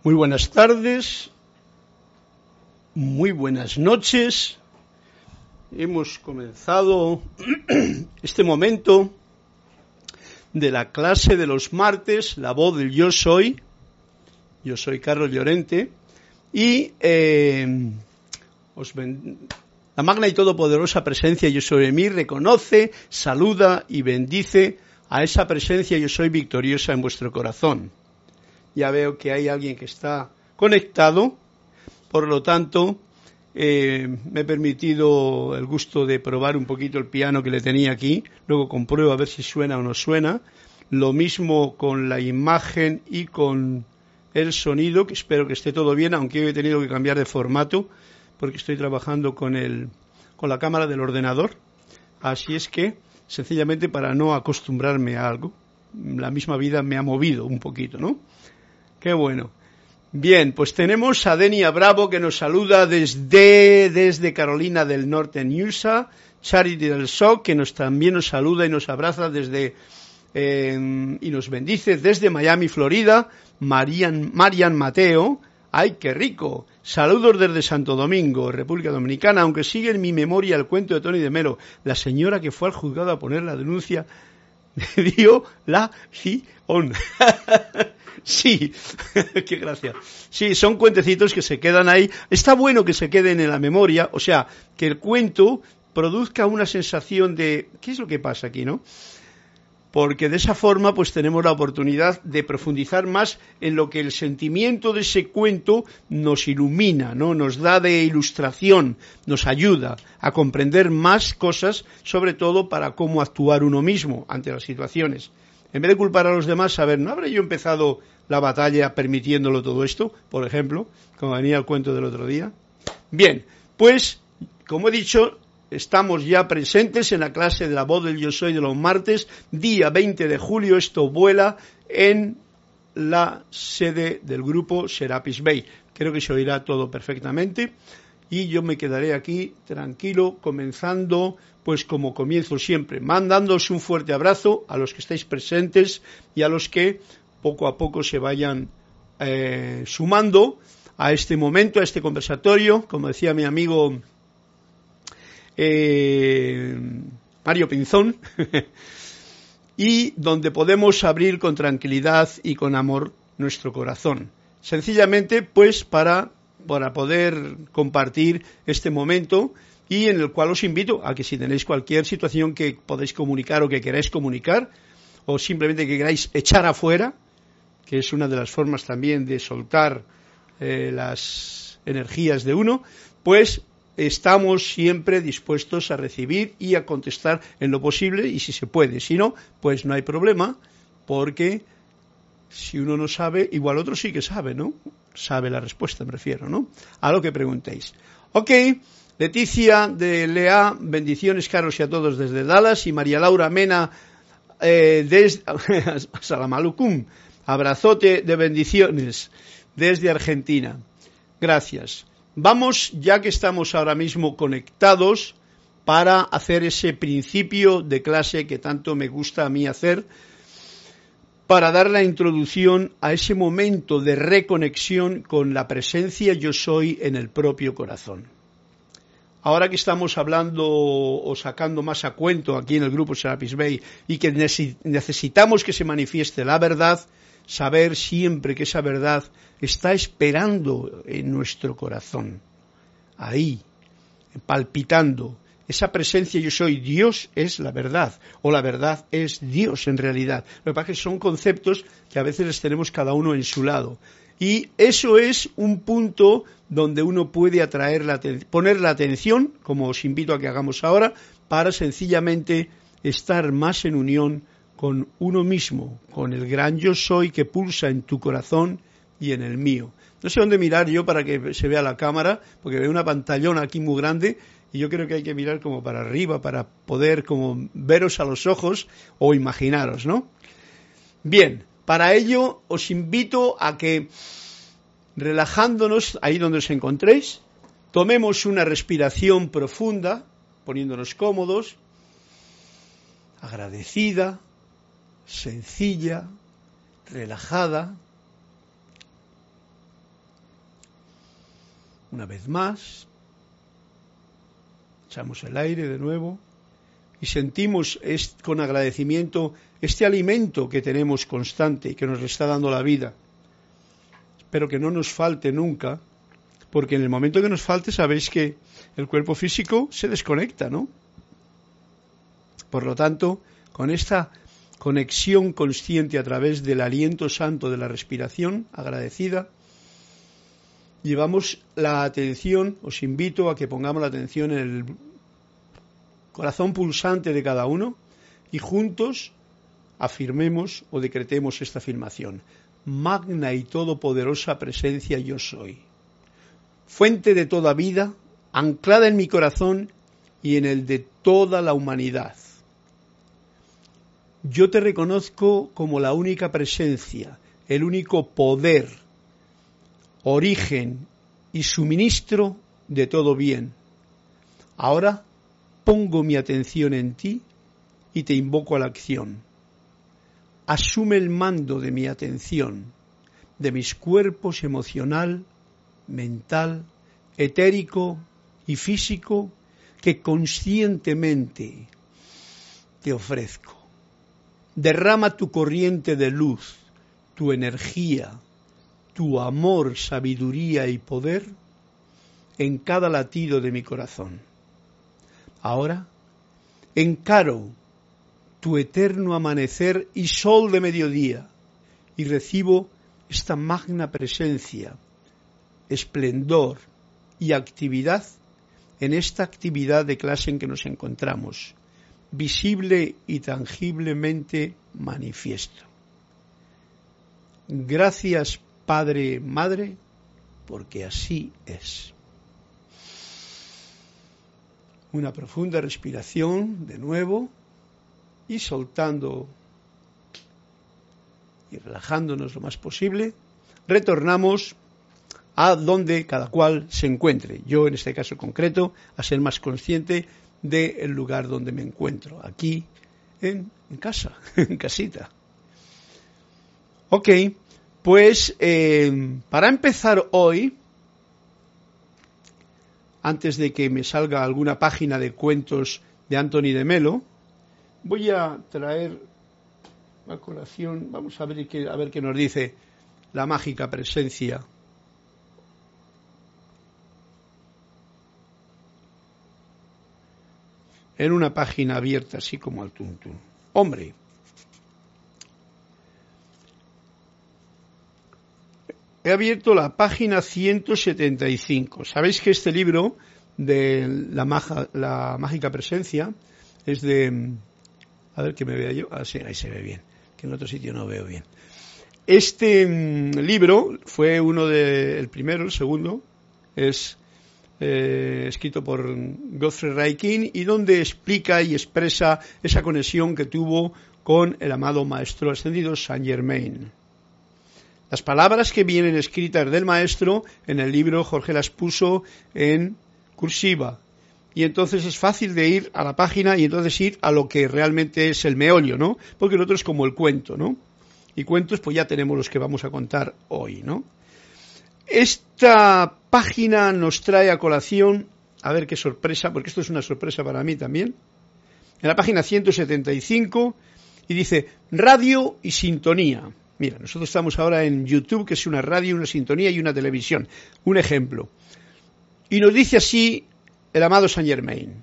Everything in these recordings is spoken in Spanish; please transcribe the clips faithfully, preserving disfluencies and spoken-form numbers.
Muy buenas tardes, muy buenas noches. Hemos comenzado este momento de la clase de los martes, la voz del Yo Soy. Yo soy Carlos Llorente y eh, os ben... la magna y todopoderosa presencia Yo Soy en mí reconoce, saluda y bendice a esa presencia Yo Soy victoriosa en vuestro corazón. Ya veo que hay alguien que está conectado, por lo tanto, eh, me he permitido el gusto de probar un poquito el piano que le tenía aquí, luego compruebo a ver si suena o no suena, lo mismo con la imagen y con el sonido, que espero que esté todo bien, aunque he tenido que cambiar de formato, porque estoy trabajando con, el, con la cámara del ordenador, así es que, sencillamente para no acostumbrarme a algo, la misma vida me ha movido un poquito, ¿no? Qué bueno. Bien, pues tenemos a Denia Bravo que nos saluda desde, desde Carolina del Norte en U S A, Charity del S O C que nos, también nos saluda y nos abraza desde eh, y nos bendice desde Miami, Florida, Marian, Marian Mateo, ¡ay qué rico! Saludos desde Santo Domingo, República Dominicana, aunque sigue en mi memoria el cuento de Tony de Melo, la señora que fue al juzgado a poner la denuncia dio la fión. Sí, qué gracia. Sí, son cuentecitos que se quedan ahí. Está bueno que se queden en la memoria, o sea, que el cuento produzca una sensación de ¿qué es lo que pasa aquí, no? Porque de esa forma pues tenemos la oportunidad de profundizar más en lo que el sentimiento de ese cuento nos ilumina, ¿no? Nos da de ilustración, nos ayuda a comprender más cosas, sobre todo para cómo actuar uno mismo ante las situaciones. En vez de culpar a los demás, a ver, ¿no habré yo empezado la batalla permitiéndolo todo esto? Por ejemplo, como venía el cuento del otro día. Bien, pues, como he dicho, estamos ya presentes en la clase de la voz del Yo Soy de los martes, día veinte de julio, esto vuela en la sede del grupo Serapis Bay. Creo que se oirá todo perfectamente y yo me quedaré aquí tranquilo, comenzando, pues como comienzo siempre, mandándoos un fuerte abrazo a los que estáis presentes y a los que poco a poco se vayan eh, sumando a este momento, a este conversatorio, como decía mi amigo Eh, Mario Pinzón, y donde podemos abrir con tranquilidad y con amor nuestro corazón. Sencillamente, pues, para, para poder compartir este momento y en el cual os invito a que si tenéis cualquier situación que podéis comunicar o que queráis comunicar, o simplemente que queráis echar afuera, que es una de las formas también de soltar eh, las energías de uno, pues estamos siempre dispuestos a recibir y a contestar en lo posible y si se puede, si no, pues no hay problema, porque si uno no sabe, igual otro sí que sabe, ¿no? Sabe la respuesta, me refiero, ¿no? A lo que preguntéis. Ok, Leticia de Lea, bendiciones Carlos y a todos desde Dallas, y María Laura Mena eh, desde Salamalucum, abrazote de bendiciones desde Argentina. Gracias. Vamos, ya que estamos ahora mismo conectados, para hacer ese principio de clase que tanto me gusta a mí hacer, para dar la introducción a ese momento de reconexión con la presencia Yo Soy en el propio corazón. Ahora que estamos hablando o sacando más a cuento aquí en el grupo Serapis Bay y que necesitamos que se manifieste la verdad, saber siempre que esa verdad está esperando en nuestro corazón, ahí, palpitando. Esa presencia Yo Soy, Dios es la verdad, o la verdad es Dios en realidad. Lo que pasa es que son conceptos que a veces les tenemos cada uno en su lado. Y eso es un punto donde uno puede atraer la poner la atención, como os invito a que hagamos ahora, para sencillamente estar más en unión con uno mismo, con el gran Yo Soy que pulsa en tu corazón y en el mío. No sé dónde mirar yo para que se vea la cámara, porque veo una pantallona aquí muy grande y yo creo que hay que mirar como para arriba para poder como veros a los ojos o imaginaros, ¿no? Bien, para ello os invito a que, relajándonos ahí donde os encontréis, tomemos una respiración profunda, poniéndonos cómodos, agradecida, sencilla, relajada. Una vez más, echamos el aire de nuevo y sentimos con agradecimiento este alimento que tenemos constante y que nos está dando la vida. Espero que no nos falte nunca, porque en el momento que nos falte sabéis que el cuerpo físico se desconecta, ¿no? Por lo tanto, con esta conexión consciente a través del aliento santo de la respiración agradecida, llevamos la atención, os invito a que pongamos la atención en el corazón pulsante de cada uno y juntos afirmemos o decretemos esta afirmación. Magna y todopoderosa presencia yo soy, fuente de toda vida, anclada en mi corazón y en el de toda la humanidad. Yo te reconozco como la única presencia, el único poder, origen y suministro de todo bien. Ahora pongo mi atención en ti y te invoco a la acción. Asume el mando de mi atención, de mis cuerpos emocional, mental, etérico y físico que conscientemente te ofrezco. Derrama tu corriente de luz, tu energía, tu amor, sabiduría y poder en cada latido de mi corazón. Ahora encaro tu eterno amanecer y sol de mediodía y recibo esta magna presencia, esplendor y actividad en esta actividad de clase en que nos encontramos, visible y tangiblemente manifiesto. Gracias, Padre, Madre, porque así es. Una profunda respiración de nuevo y soltando y relajándonos lo más posible, retornamos a donde cada cual se encuentre. Yo, en este caso concreto, a ser más consciente del lugar donde me encuentro, aquí en, en casa, en casita. Ok, pues eh, para empezar hoy, antes de que me salga alguna página de cuentos de Anthony de Melo, voy a traer a colación, vamos a ver qué, a ver qué nos dice la mágica presencia. En una página abierta así como al tuntún. Hombre, he abierto la página ciento setenta y cinco. Sabéis que este libro de la, maja, la mágica presencia es de... A ver que me vea yo. Ah, sí, ahí se ve bien. Que en otro sitio no veo bien. Este um, libro fue uno de... El primero, el segundo, es... Eh, escrito por Godfrey Raikin y donde explica y expresa esa conexión que tuvo con el amado Maestro Ascendido Saint Germain. Las palabras que vienen escritas del Maestro en el libro Jorge las puso en cursiva y entonces es fácil de ir a la página y entonces ir a lo que realmente es el meollo, ¿no? Porque el otro es como el cuento, ¿no? Y cuentos pues ya tenemos los que vamos a contar hoy, ¿no? Esta página nos trae a colación, a ver qué sorpresa, porque esto es una sorpresa para mí también, en la página ciento setenta y cinco, y dice radio y sintonía. Mira, nosotros estamos ahora en YouTube, que es una radio, una sintonía y una televisión. Un ejemplo. Y nos dice así el amado Saint Germain.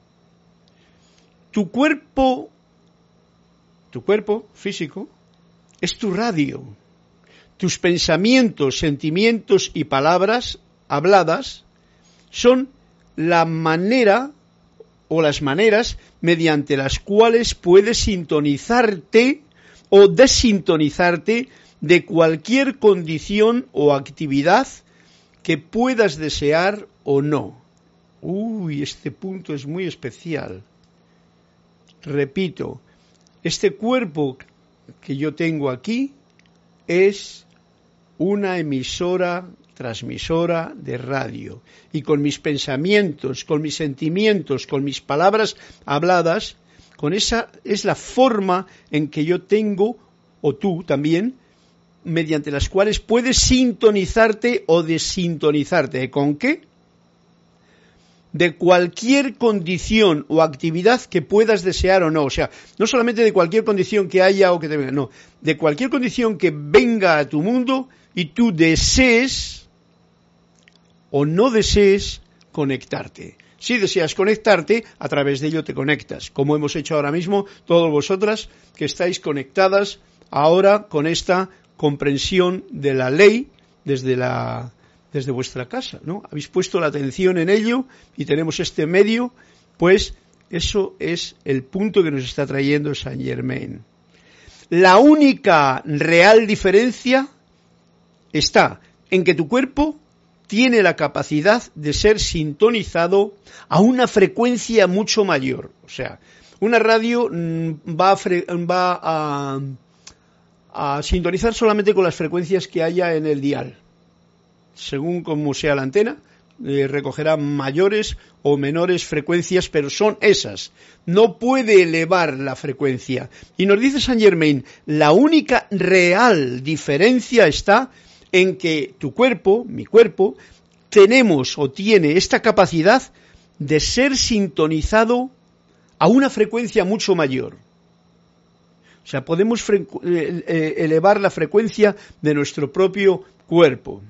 Tu cuerpo, tu cuerpo físico, es tu radio. Tus pensamientos, sentimientos y palabras habladas son la manera o las maneras mediante las cuales puedes sintonizarte o desintonizarte de cualquier condición o actividad que puedas desear o no. Uy, este punto es muy especial. Repito, este cuerpo que yo tengo aquí es una emisora, transmisora de radio. Y con mis pensamientos, con mis sentimientos, con mis palabras habladas, con esa es la forma en que yo tengo, o tú también, mediante las cuales puedes sintonizarte o desintonizarte. ¿Con qué? De cualquier condición o actividad que puedas desear o no. O sea, no solamente de cualquier condición que haya o que te venga, no. De cualquier condición que venga a tu mundo y tú desees o no desees conectarte. Si deseas conectarte, a través de ello te conectas, como hemos hecho ahora mismo todos vosotras que estáis conectadas ahora con esta comprensión de la ley desde la desde vuestra casa, ¿no? Habéis puesto la atención en ello y tenemos este medio, pues eso es el punto que nos está trayendo Saint Germain. La única real diferencia está en que tu cuerpo tiene la capacidad de ser sintonizado a una frecuencia mucho mayor. O sea, una radio va a, fre- va a, a sintonizar solamente con las frecuencias que haya en el dial. Según como sea la antena, eh, recogerá mayores o menores frecuencias, pero son esas. No puede elevar la frecuencia. Y nos dice Saint Germain, la única real diferencia está en que tu cuerpo, mi cuerpo, tenemos o tiene esta capacidad de ser sintonizado a una frecuencia mucho mayor. O sea, podemos frecu- eh, elevar la frecuencia de nuestro propio cuerpo.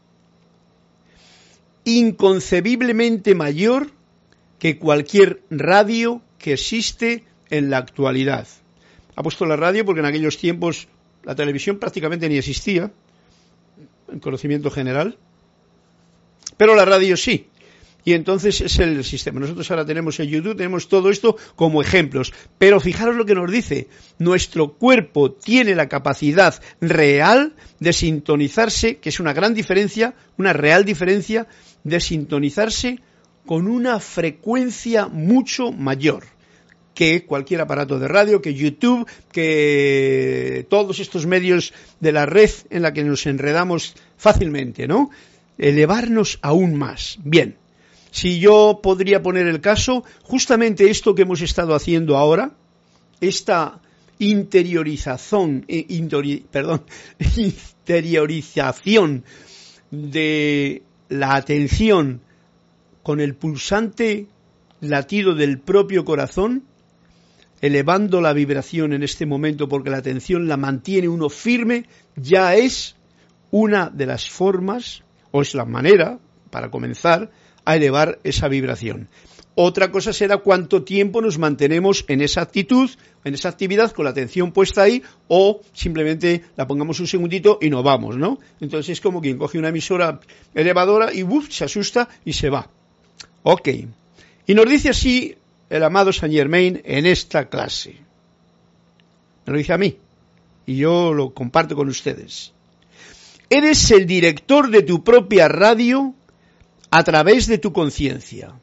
Inconcebiblemente mayor que cualquier radio que existe en la actualidad. Ha puesto la radio porque en aquellos tiempos la televisión prácticamente ni existía, en conocimiento general, pero la radio sí. Y entonces es el sistema. Nosotros ahora tenemos en YouTube, tenemos todo esto como ejemplos. Pero fijaros lo que nos dice. Nuestro cuerpo tiene la capacidad real de sintonizarse, que es una gran diferencia, una real diferencia, de sintonizarse con una frecuencia mucho mayor que cualquier aparato de radio, que YouTube, que todos estos medios de la red en la que nos enredamos fácilmente, ¿no? Elevarnos aún más. Bien. Si yo podría poner el caso, justamente esto que hemos estado haciendo ahora, esta interiorización, interiori, perdón, interiorización de la atención con el pulsante latido del propio corazón, elevando la vibración en este momento porque la atención la mantiene uno firme, ya es una de las formas, o es la manera, para comenzar, a elevar esa vibración. Otra cosa será cuánto tiempo nos mantenemos en esa actitud, en esa actividad con la atención puesta ahí, o simplemente la pongamos un segundito y nos vamos, ¿no? Entonces es como quien coge una emisora elevadora y ¡buf!, se asusta y se va. Ok. Y nos dice así el amado Saint Germain en esta clase. Me lo dice a mí y yo lo comparto con ustedes. Eres el director de tu propia radio a través de tu conciencia.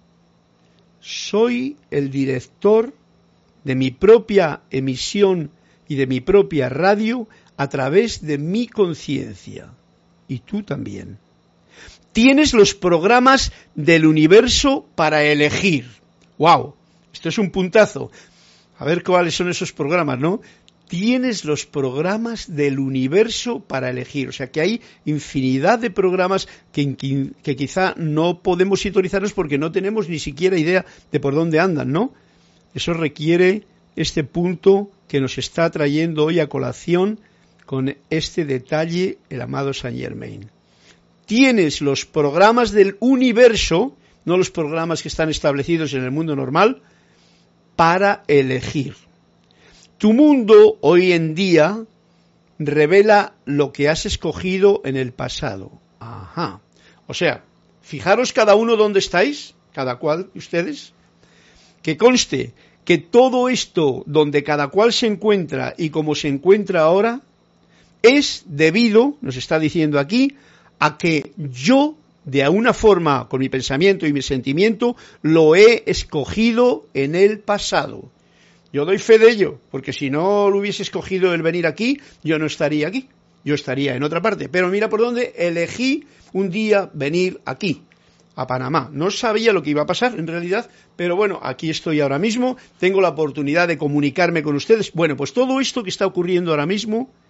Soy el director de mi propia emisión y de mi propia radio a través de mi conciencia. Y tú también. Tienes los programas del universo para elegir. ¡Wow! Esto es un puntazo. A ver cuáles son esos programas, ¿no? Tienes los programas del universo para elegir. O sea que hay infinidad de programas que, que quizá no podemos sintonizarnos porque no tenemos ni siquiera idea de por dónde andan, ¿no? Eso requiere este punto que nos está trayendo hoy a colación con este detalle el amado Saint Germain. Tienes los programas del universo, no los programas que están establecidos en el mundo normal, para elegir. Tu mundo hoy en día revela lo que has escogido en el pasado. Ajá. O sea, fijaros cada uno dónde estáis, cada cual, ustedes, que conste que todo esto donde cada cual se encuentra y como se encuentra ahora, es debido, nos está diciendo aquí, a que yo, de alguna forma, con mi pensamiento y mi sentimiento, lo he escogido en el pasado. Yo doy fe de ello, porque si no lo hubiese escogido el venir aquí, yo no estaría aquí, yo estaría en otra parte. Pero mira por dónde elegí un día venir aquí, a Panamá. No sabía lo que iba a pasar en realidad, pero bueno, aquí estoy ahora mismo, tengo la oportunidad de comunicarme con ustedes. Bueno, pues todo esto que está ocurriendo ahora mismo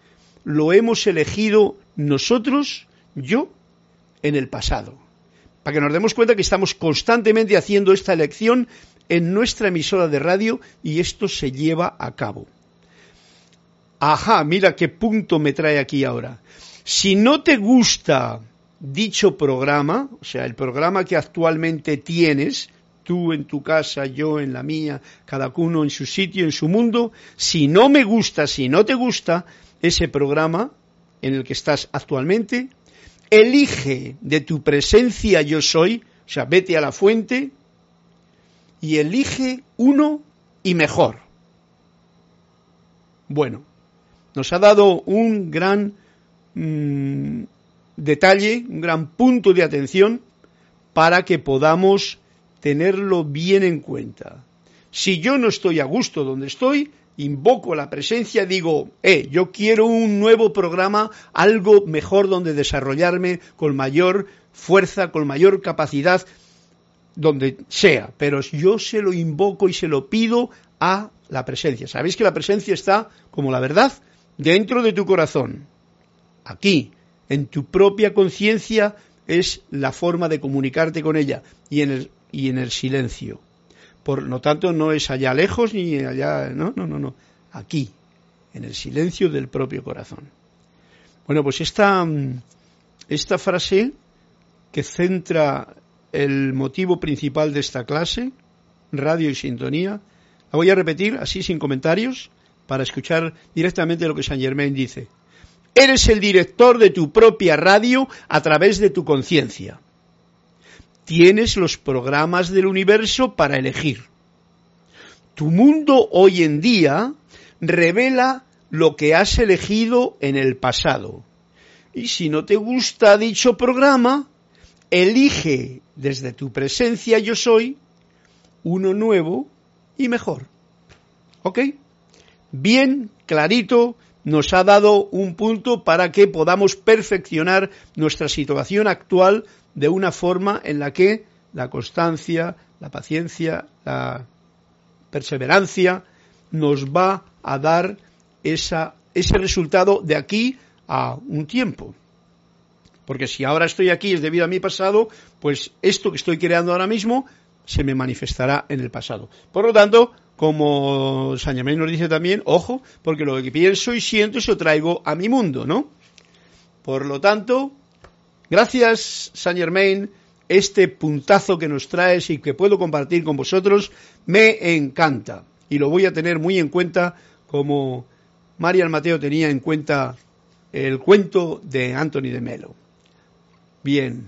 lo hemos elegido nosotros, yo, en el pasado. Para que nos demos cuenta que estamos constantemente haciendo esta elección en nuestra emisora de radio y esto se lleva a cabo. Ajá, mira qué punto me trae aquí ahora. Si no te gusta dicho programa, o sea, el programa que actualmente tienes, tú en tu casa, yo en la mía, cada uno en su sitio, en su mundo, si no me gusta, si no te gusta ese programa en el que estás actualmente, elige de tu presencia yo soy, o sea, vete a la fuente y elige uno y mejor. Bueno, nos ha dado un gran mmm, detalle, un gran punto de atención para que podamos tenerlo bien en cuenta. Si yo no estoy a gusto donde estoy, invoco la presencia, digo, eh, yo quiero un nuevo programa, algo mejor donde desarrollarme con mayor fuerza, con mayor capacidad, donde sea, pero yo se lo invoco y se lo pido a la presencia. Sabéis que la presencia está, como la verdad, dentro de tu corazón. Aquí, en tu propia conciencia, es la forma de comunicarte con ella, y en el, y en el silencio. Por lo tanto, no es allá lejos ni allá, no, no, no, no, aquí, en el silencio del propio corazón. Bueno, pues esta, esta frase que centra el motivo principal de esta clase, radio y sintonía, la voy a repetir así sin comentarios para escuchar directamente lo que Saint Germain dice. Eres el director de tu propia radio a través de tu conciencia. Tienes los programas del universo para elegir. Tu mundo hoy en día revela lo que has elegido en el pasado. Y si no te gusta dicho programa, elige desde tu presencia yo soy uno nuevo y mejor. ¿Ok? Bien, clarito, nos ha dado un punto para que podamos perfeccionar nuestra situación actual de una forma en la que la constancia, la paciencia, la perseverancia nos va a dar esa, ese resultado de aquí a un tiempo. Porque si ahora estoy aquí es debido a mi pasado, pues esto que estoy creando ahora mismo se me manifestará en el pasado. Por lo tanto, como Saint Germain nos dice también, ojo, porque lo que pienso y siento eso traigo a mi mundo, ¿no? Por lo tanto, gracias Saint Germain, este puntazo que nos traes y que puedo compartir con vosotros me encanta y lo voy a tener muy en cuenta como Marian Mateo tenía en cuenta el cuento de Anthony de Melo. Bien.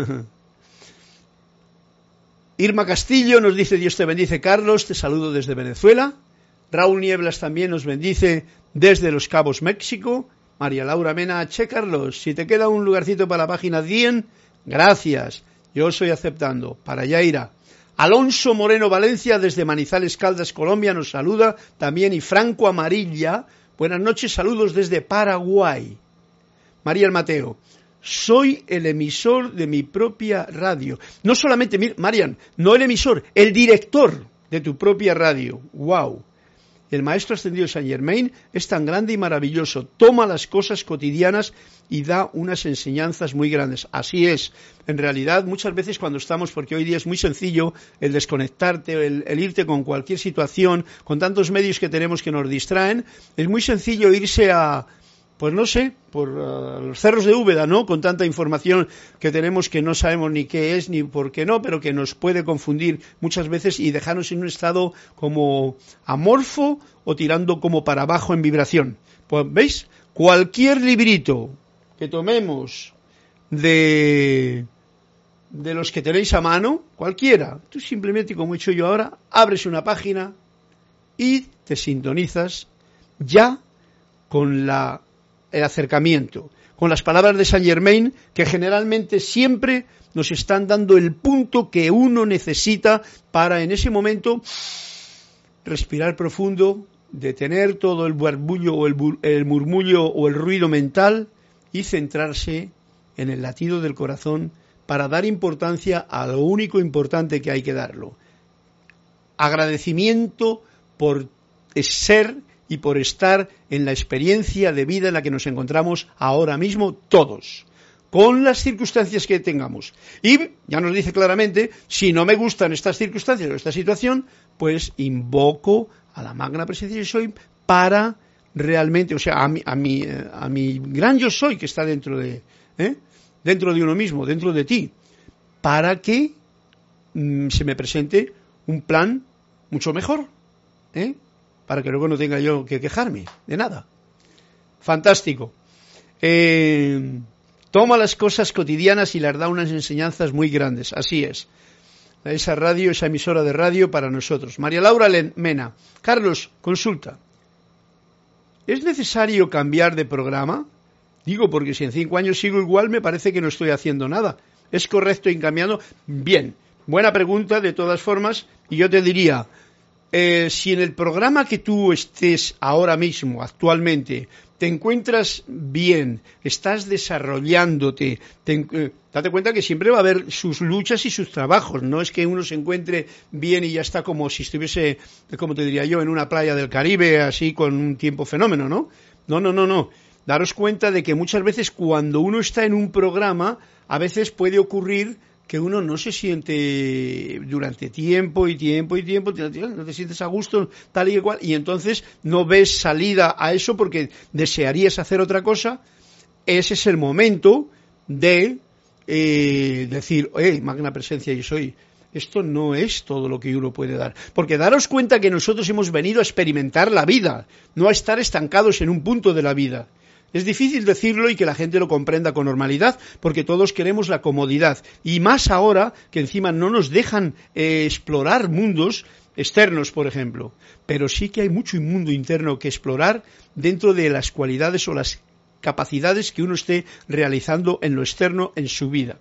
Irma Castillo nos dice, Dios te bendice, Carlos, te saludo desde Venezuela. Raúl Nieblas también nos bendice desde Los Cabos, México. María Laura Mena, che, Carlos, si te queda un lugarcito para la página cien, gracias, yo estoy aceptando, para allá irá. Alonso Moreno Valencia desde Manizales, Caldas, Colombia, nos saluda también, y Franco Amarilla, buenas noches, saludos desde Paraguay. María Mateo, soy el emisor de mi propia radio. No solamente, Marian, no el emisor, el director de tu propia radio. ¡Wow! El maestro ascendido Saint Germain es tan grande y maravilloso. Toma las cosas cotidianas y da unas enseñanzas muy grandes. Así es. En realidad, muchas veces cuando estamos, porque hoy día es muy sencillo el desconectarte, el, el irte con cualquier situación, con tantos medios que tenemos que nos distraen, es muy sencillo irse a... Pues no sé, por uh, los cerros de Úbeda, ¿no? Con tanta información que tenemos que no sabemos ni qué es ni por qué no, pero que nos puede confundir muchas veces y dejarnos en un estado como amorfo o tirando como para abajo en vibración. Pues, ¿veis? Cualquier librito que tomemos de, de los que tenéis a mano, cualquiera, tú simplemente, como he hecho yo ahora, abres una página y te sintonizas ya con la el acercamiento, con las palabras de Saint Germain, que generalmente siempre nos están dando el punto que uno necesita para en ese momento respirar profundo, detener todo el barbullo o el, el murmullo o el ruido mental y centrarse en el latido del corazón para dar importancia a lo único importante que hay que darlo. Agradecimiento por ser y por estar en la experiencia de vida en la que nos encontramos ahora mismo todos, con las circunstancias que tengamos. Y ya nos dice claramente, si no me gustan estas circunstancias o esta situación, pues invoco a la magna presencia yo soy para realmente, o sea, a mi, a mi, a mi gran yo soy que está dentro de, ¿eh? dentro de uno mismo, dentro de ti, para que mm, se me presente un plan mucho mejor, ¿eh? para que luego no tenga yo que quejarme de nada. Fantástico. Eh, toma las cosas cotidianas y les da unas enseñanzas muy grandes, así es. Esa radio, esa emisora de radio para nosotros. María Laura Mena. Carlos, consulta. ¿Es necesario cambiar de programa? Digo, porque si en cinco años sigo igual, me parece que no estoy haciendo nada. ¿Es correcto ir cambiando? Bien, buena pregunta de todas formas, y yo te diría, eh, si en el programa que tú estés ahora mismo, actualmente, te encuentras bien, estás desarrollándote, te, eh, date cuenta que siempre va a haber sus luchas y sus trabajos, no es que uno se encuentre bien y ya está como si estuviese, como te diría yo, en una playa del Caribe, así con un tiempo fenómeno, ¿no? No, no, no, no. Daros cuenta de que muchas veces cuando uno está en un programa, a veces puede ocurrir que uno no se siente durante tiempo y tiempo y tiempo, no te sientes a gusto, tal y igual, y entonces no ves salida a eso porque desearías hacer otra cosa. Ese es el momento de eh, decir, hey, magna presencia yo soy. Esto no es todo lo que uno puede dar. Porque daros cuenta que nosotros hemos venido a experimentar la vida, no a estar estancados en un punto de la vida. Es difícil decirlo y que la gente lo comprenda con normalidad, porque todos queremos la comodidad. Y más ahora que encima no nos dejan eh, explorar mundos externos, por ejemplo. Pero sí que hay mucho mundo interno que explorar dentro de las cualidades o las capacidades que uno esté realizando en lo externo en su vida.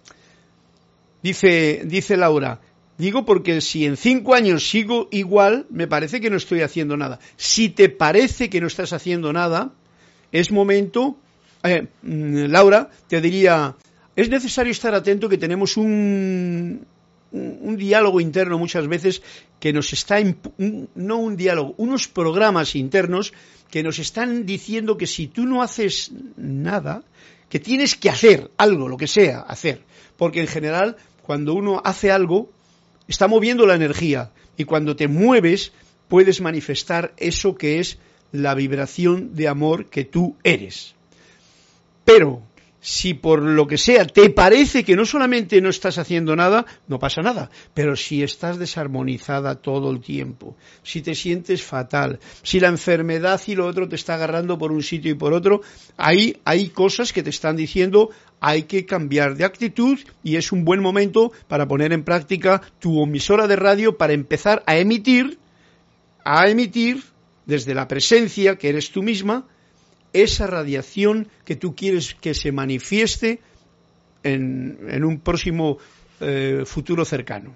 Dice, dice Laura, digo porque si en cinco años sigo igual, me parece que no estoy haciendo nada. Si te parece que no estás haciendo nada, es momento, eh, Laura, te diría, es necesario estar atento que tenemos un, un, un diálogo interno muchas veces que nos está, un, no un diálogo, unos programas internos que nos están diciendo que si tú no haces nada, que tienes que hacer algo, lo que sea, hacer, porque en general cuando uno hace algo está moviendo la energía y cuando te mueves puedes manifestar eso que es la vibración de amor que tú eres. Pero si por lo que sea te parece que no solamente no estás haciendo nada, no pasa nada, pero si estás desarmonizada todo el tiempo, si te sientes fatal, si la enfermedad y lo otro te está agarrando por un sitio y por otro, ahí hay cosas que te están diciendo hay que cambiar de actitud y es un buen momento para poner en práctica tu emisora de radio para empezar a emitir, a emitir desde la presencia, que eres tú misma, esa radiación que tú quieres que se manifieste en, en un próximo eh, futuro cercano.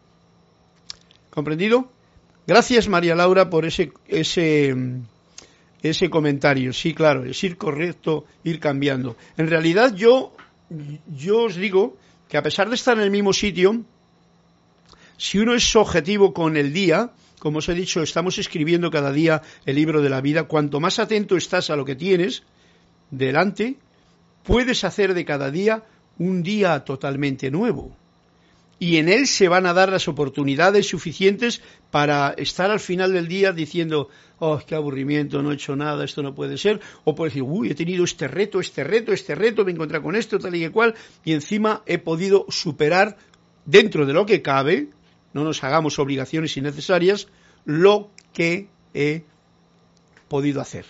¿Comprendido? Gracias, María Laura, por ese, ese, ese comentario. Sí, claro, es ir correcto, ir cambiando. En realidad yo, yo os digo que a pesar de estar en el mismo sitio, si uno es objetivo con el día, como os he dicho, estamos escribiendo cada día el libro de la vida. Cuanto más atento estás a lo que tienes delante, puedes hacer de cada día un día totalmente nuevo. Y en él se van a dar las oportunidades suficientes para estar al final del día diciendo, oh, qué aburrimiento, no he hecho nada, esto no puede ser. O puedes decir, uy, he tenido este reto, este reto, este reto, me he encontrado con esto, tal y cual, y encima he podido superar, dentro de lo que cabe, no nos hagamos obligaciones innecesarias, lo que he podido hacer.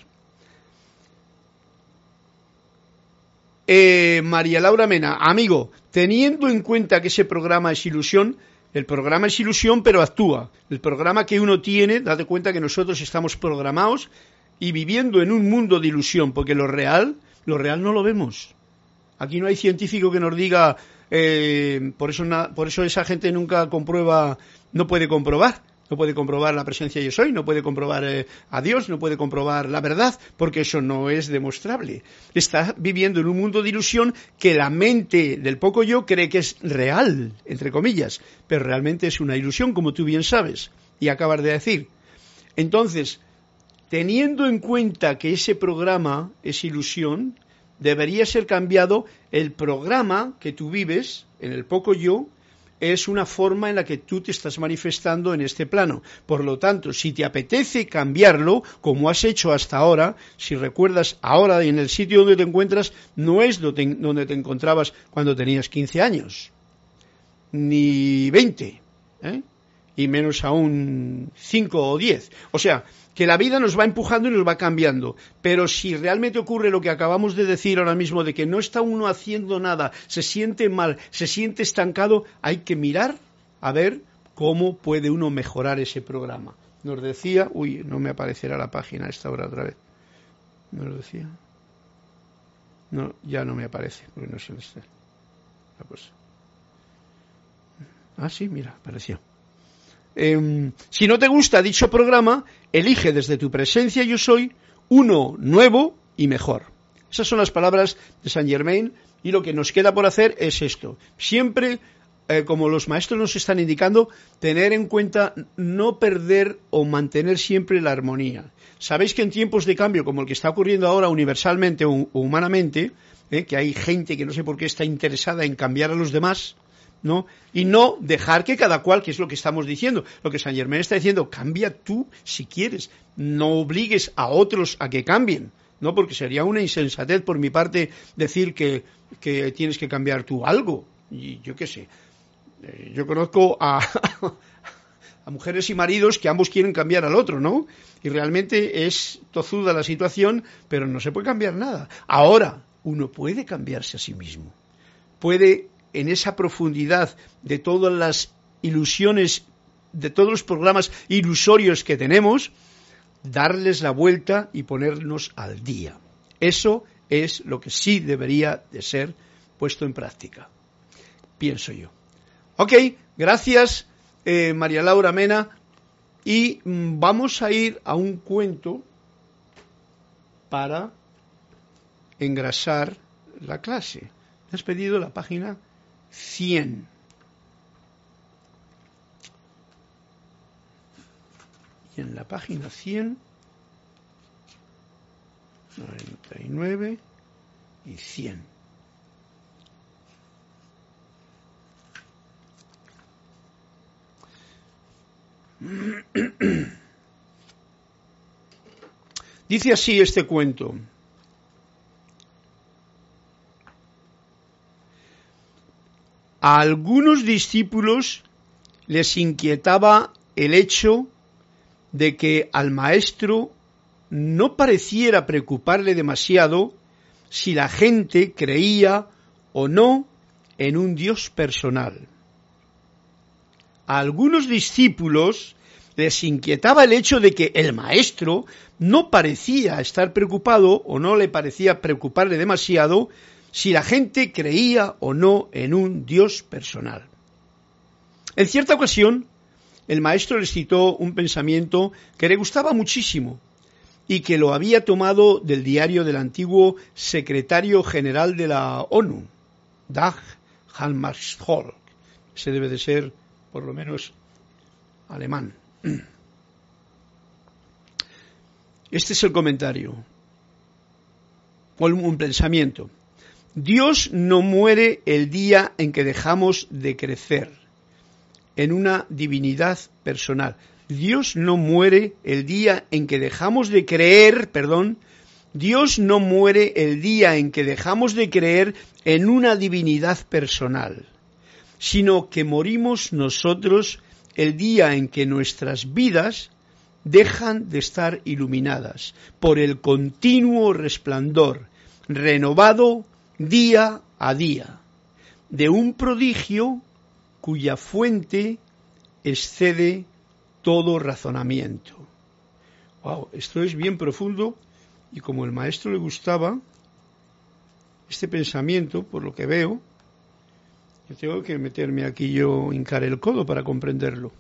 Eh, María Laura Mena, amigo, teniendo en cuenta que ese programa es ilusión, el programa es ilusión pero actúa. El programa que uno tiene, date cuenta que nosotros estamos programados y viviendo en un mundo de ilusión, porque lo real, lo real no lo vemos. Aquí no hay científico que nos diga, eh, por eso na, por eso esa gente nunca comprueba, no puede comprobar, no puede comprobar la presencia yo soy, no puede comprobar eh, a Dios, no puede comprobar la verdad, porque eso no es demostrable. Está viviendo en un mundo de ilusión que la mente del poco yo cree que es real, entre comillas, pero realmente es una ilusión, como tú bien sabes, y acabas de decir. Entonces, teniendo en cuenta que ese programa es ilusión, debería ser cambiado el programa que tú vives en el poco yo, es una forma en la que tú te estás manifestando en este plano. Por lo tanto, si te apetece cambiarlo, como has hecho hasta ahora, si recuerdas ahora en el sitio donde te encuentras, no es donde te encontrabas cuando tenías quince años, ni veinte, ¿eh? y menos aún cinco o diez. O sea, que la vida nos va empujando y nos va cambiando, pero si realmente ocurre lo que acabamos de decir ahora mismo, de que no está uno haciendo nada, se siente mal, se siente estancado, hay que mirar a ver cómo puede uno mejorar ese programa. Nos decía, uy, no me aparecerá la página a esta hora otra vez, nos decía, no, ya no me aparece, porque no sé dónde está la cosa. Ah, sí, mira, apareció. Eh, si no te gusta dicho programa, elige desde tu presencia yo soy uno nuevo y mejor. Esas son las palabras de Saint Germain, y lo que nos queda por hacer es esto. Siempre, eh, como los maestros nos están indicando, tener en cuenta no perder o mantener siempre la armonía. Sabéis que en tiempos de cambio, como el que está ocurriendo ahora universalmente o humanamente, eh, que hay gente que no sé por qué está interesada en cambiar a los demás, ¿no? Y no dejar que cada cual, que es lo que estamos diciendo, lo que Saint Germain está diciendo, cambia tú si quieres, no obligues a otros a que cambien, ¿no? Porque sería una insensatez por mi parte decir que, que tienes que cambiar tú algo, y yo qué sé, eh, yo conozco a, a mujeres y maridos que ambos quieren cambiar al otro, ¿no? Y realmente es tozuda la situación, pero no se puede cambiar nada. Ahora, uno puede cambiarse a sí mismo, puede, en esa profundidad de todas las ilusiones, de todos los programas ilusorios que tenemos, darles la vuelta y ponernos al día. Eso es lo que sí debería de ser puesto en práctica, pienso yo. Ok, gracias eh, María Laura Mena, y mm, vamos a ir a un cuento para engrasar la clase. Me has pedido la página cien. Y en la página cien, noventa y nueve y cien. Dice así este cuento. A algunos discípulos les inquietaba el hecho de que al maestro no pareciera preocuparle demasiado si la gente creía o no en un Dios personal. A algunos discípulos les inquietaba el hecho de que el maestro no parecía estar preocupado o no le parecía preocuparle demasiado si la gente creía o no en un Dios personal. En cierta ocasión, el maestro les citó un pensamiento que le gustaba muchísimo y que lo había tomado del diario del antiguo secretario general de la ONU, Dag Hammarskjöld. Ese debe de ser, por lo menos, alemán. Este es el comentario, o un pensamiento. Dios no muere el día en que dejamos de crecer en una divinidad personal. Dios no muere el día en que dejamos de creer, perdón, Dios no muere el día en que dejamos de creer en una divinidad personal, sino que morimos nosotros el día en que nuestras vidas dejan de estar iluminadas por el continuo resplandor renovado día a día de un prodigio cuya fuente excede todo razonamiento. Wow, esto es bien profundo, y como el maestro le gustaba este pensamiento, por lo que veo, yo tengo que meterme aquí yo, hincar el codo para comprenderlo.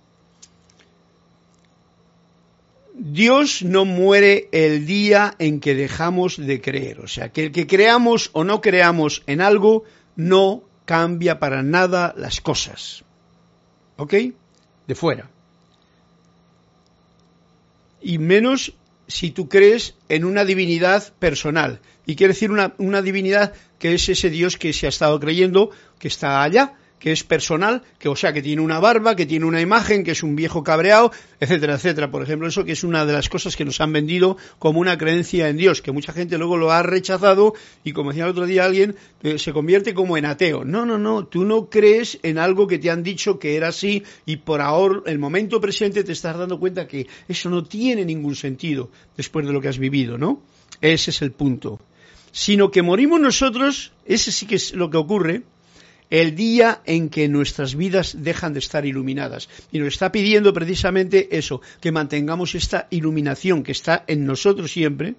Dios no muere el día en que dejamos de creer. O sea, que el que creamos o no creamos en algo no cambia para nada las cosas. ¿Ok? De fuera. Y menos si tú crees en una divinidad personal. Y quiere decir una, una divinidad que es ese Dios que se ha estado creyendo, que está allá, que es personal, que o sea, que tiene una barba, que tiene una imagen, que es un viejo cabreado, etcétera, etcétera. Por ejemplo, eso que es una de las cosas que nos han vendido como una creencia en Dios, que mucha gente luego lo ha rechazado y, como decía el otro día alguien, eh, se convierte como en ateo. No, no, no, tú no crees en algo que te han dicho que era así y por ahora, el momento presente, te estás dando cuenta que eso no tiene ningún sentido después de lo que has vivido, ¿no? Ese es el punto. Sino que morimos nosotros, ese sí que es lo que ocurre, el día en que nuestras vidas dejan de estar iluminadas. Y nos está pidiendo precisamente eso, que mantengamos esta iluminación que está en nosotros siempre,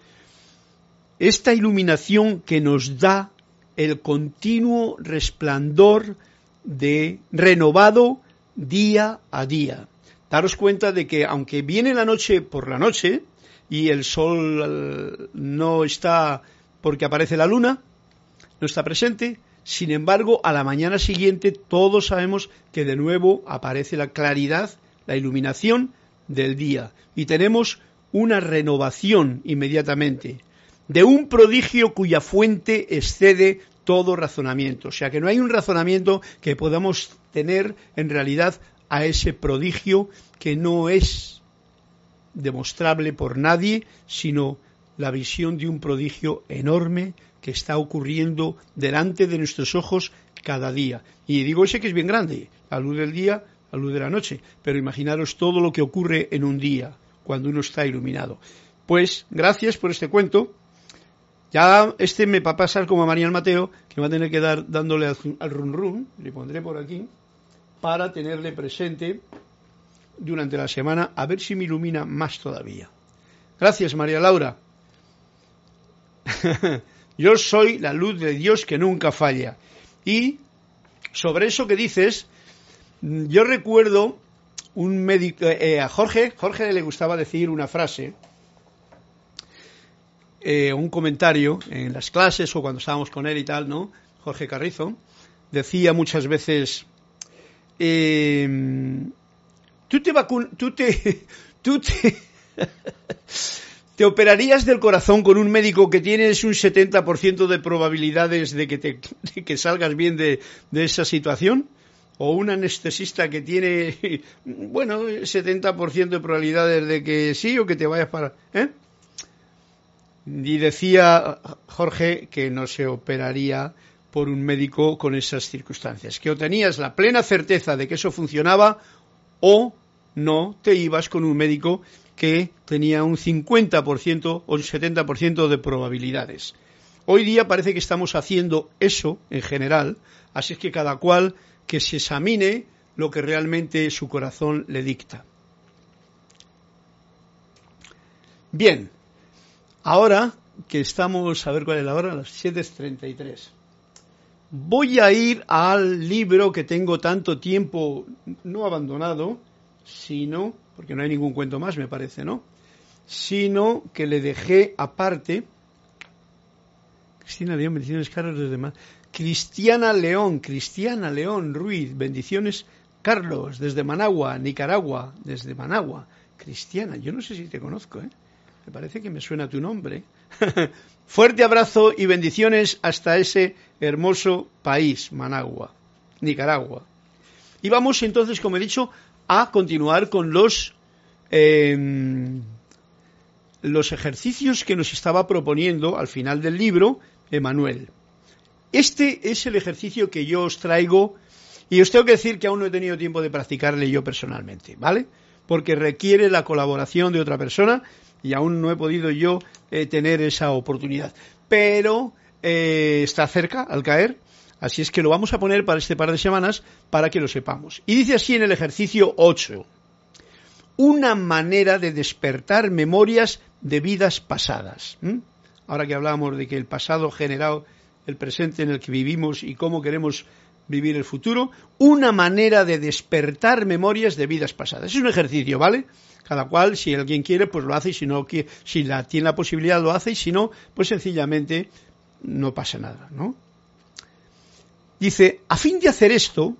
esta iluminación que nos da el continuo resplandor de renovado día a día. Daros cuenta de que aunque viene la noche por la noche y el sol no está porque aparece la luna, no está presente, sin embargo, a la mañana siguiente todos sabemos que de nuevo aparece la claridad, la iluminación del día. Y tenemos una renovación inmediatamente de un prodigio cuya fuente excede todo razonamiento. O sea que no hay un razonamiento que podamos tener en realidad a ese prodigio que no es demostrable por nadie, sino la visión de un prodigio enorme que está ocurriendo delante de nuestros ojos cada día. Y digo ese que es bien grande, la luz del día, la luz de la noche, pero imaginaros todo lo que ocurre en un día, cuando uno está iluminado. Pues, gracias por este cuento. Ya este me va a pasar como a María Mateo, que va a tener que dar dándole al, al run run, le pondré por aquí, para tenerle presente durante la semana, a ver si me ilumina más todavía. Gracias, María Laura. Yo soy la luz de Dios que nunca falla. Y sobre eso que dices, yo recuerdo un médico, eh, a Jorge, Jorge le gustaba decir una frase, eh, un comentario en las clases o cuando estábamos con él y tal, ¿no? Jorge Carrizo, decía muchas veces, eh, tú te vacun, tú te, tú te, ¿te operarías del corazón con un médico que tienes un setenta por ciento de probabilidades de que, te, de que salgas bien de, de esa situación? ¿O un anestesista que tiene, bueno, setenta por ciento de probabilidades de que sí o que te vayas para... ¿eh? Y decía Jorge que no se operaría por un médico con esas circunstancias, que o tenías la plena certeza de que eso funcionaba o no te ibas con un médico que tenía un cincuenta por ciento o un setenta por ciento de probabilidades. Hoy día parece que estamos haciendo eso en general, así es que cada cual que se examine lo que realmente su corazón le dicta. Bien, ahora que estamos, a ver cuál es la hora, a las siete treinta y tres. Voy a ir al libro que tengo tanto tiempo no abandonado, sino, porque no hay ningún cuento más, me parece, ¿no? Sino que le dejé aparte. Cristina León, bendiciones, Carlos, desde Ma- Cristiana León, Cristiana León Ruiz, bendiciones, Carlos, desde Managua, Nicaragua, desde Managua. Cristiana, yo no sé si te conozco, ¿eh? Me parece que me suena tu nombre. Fuerte abrazo y bendiciones hasta ese hermoso país, Managua, Nicaragua. Y vamos entonces, como he dicho, a continuar con los eh, los ejercicios que nos estaba proponiendo al final del libro Emmanuel. Este es el ejercicio que yo os traigo y os tengo que decir que aún no he tenido tiempo de practicarle yo personalmente, ¿vale? Porque requiere la colaboración de otra persona y aún no he podido yo eh, tener esa oportunidad. Pero eh, está cerca al caer, así es que lo vamos a poner para este par de semanas para que lo sepamos. Y dice así en el ejercicio ocho. Una manera de despertar memorias de vidas pasadas. ¿Mm? Ahora que hablábamos de que el pasado generado el presente en el que vivimos y cómo queremos vivir el futuro, una manera de despertar memorias de vidas pasadas. Es un ejercicio, ¿vale? Cada cual, si alguien quiere, pues lo hace, y si no quiere, si la, tiene la posibilidad lo hace, y si no, pues sencillamente no pasa nada, ¿no? Dice, a fin de hacer esto,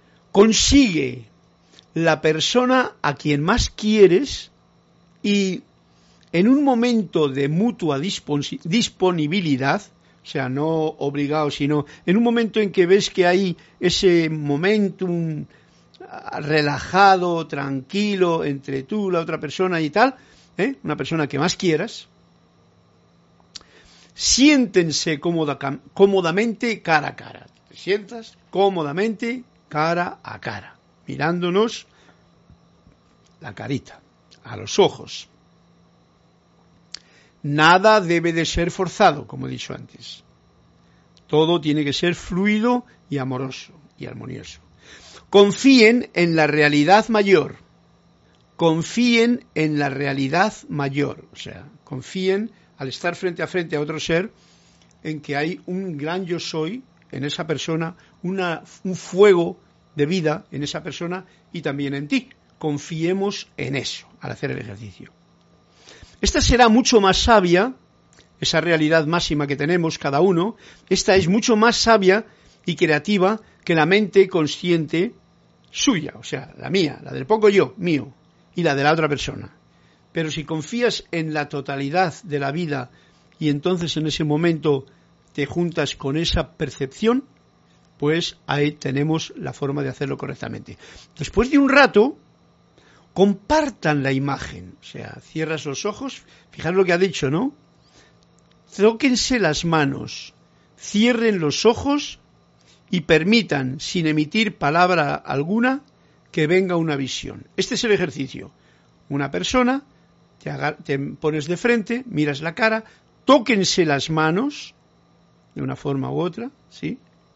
consigue la persona a quien más quieres y en un momento de mutua dispon- disponibilidad, o sea, no obligado, sino en un momento en que ves que hay ese momentum relajado, tranquilo, entre tú, la otra persona y tal, ¿eh? Una persona que más quieras, siéntense cómoda, cómodamente cara a cara. Te sientas cómodamente cara a cara, mirándonos la carita, a los ojos. Nada debe de ser forzado, como he dicho antes. Todo tiene que ser fluido y amoroso y armonioso. Confíen en la realidad mayor. Confíen en la realidad mayor. O sea, confíen al estar frente a frente a otro ser en que hay un gran yo soy en esa persona, una, un fuego de vida en esa persona y también en ti. Confiemos en eso al hacer el ejercicio. Esta será mucho más sabia, esa realidad máxima que tenemos cada uno, esta es mucho más sabia y creativa que la mente consciente suya, o sea, la mía, la del poco yo, mío, y la de la otra persona. Pero si confías en la totalidad de la vida y entonces en ese momento te juntas con esa percepción, pues ahí tenemos la forma de hacerlo correctamente. Después de un rato, compartan la imagen, o sea, cierras los ojos, fijaros lo que ha dicho, ¿no? Tóquense las manos, cierren los ojos y permitan, sin emitir palabra alguna, que venga una visión. Este es el ejercicio. Una persona, te, agar- te pones de frente, miras la cara, tóquense las manos, de una forma u otra, ¿sí?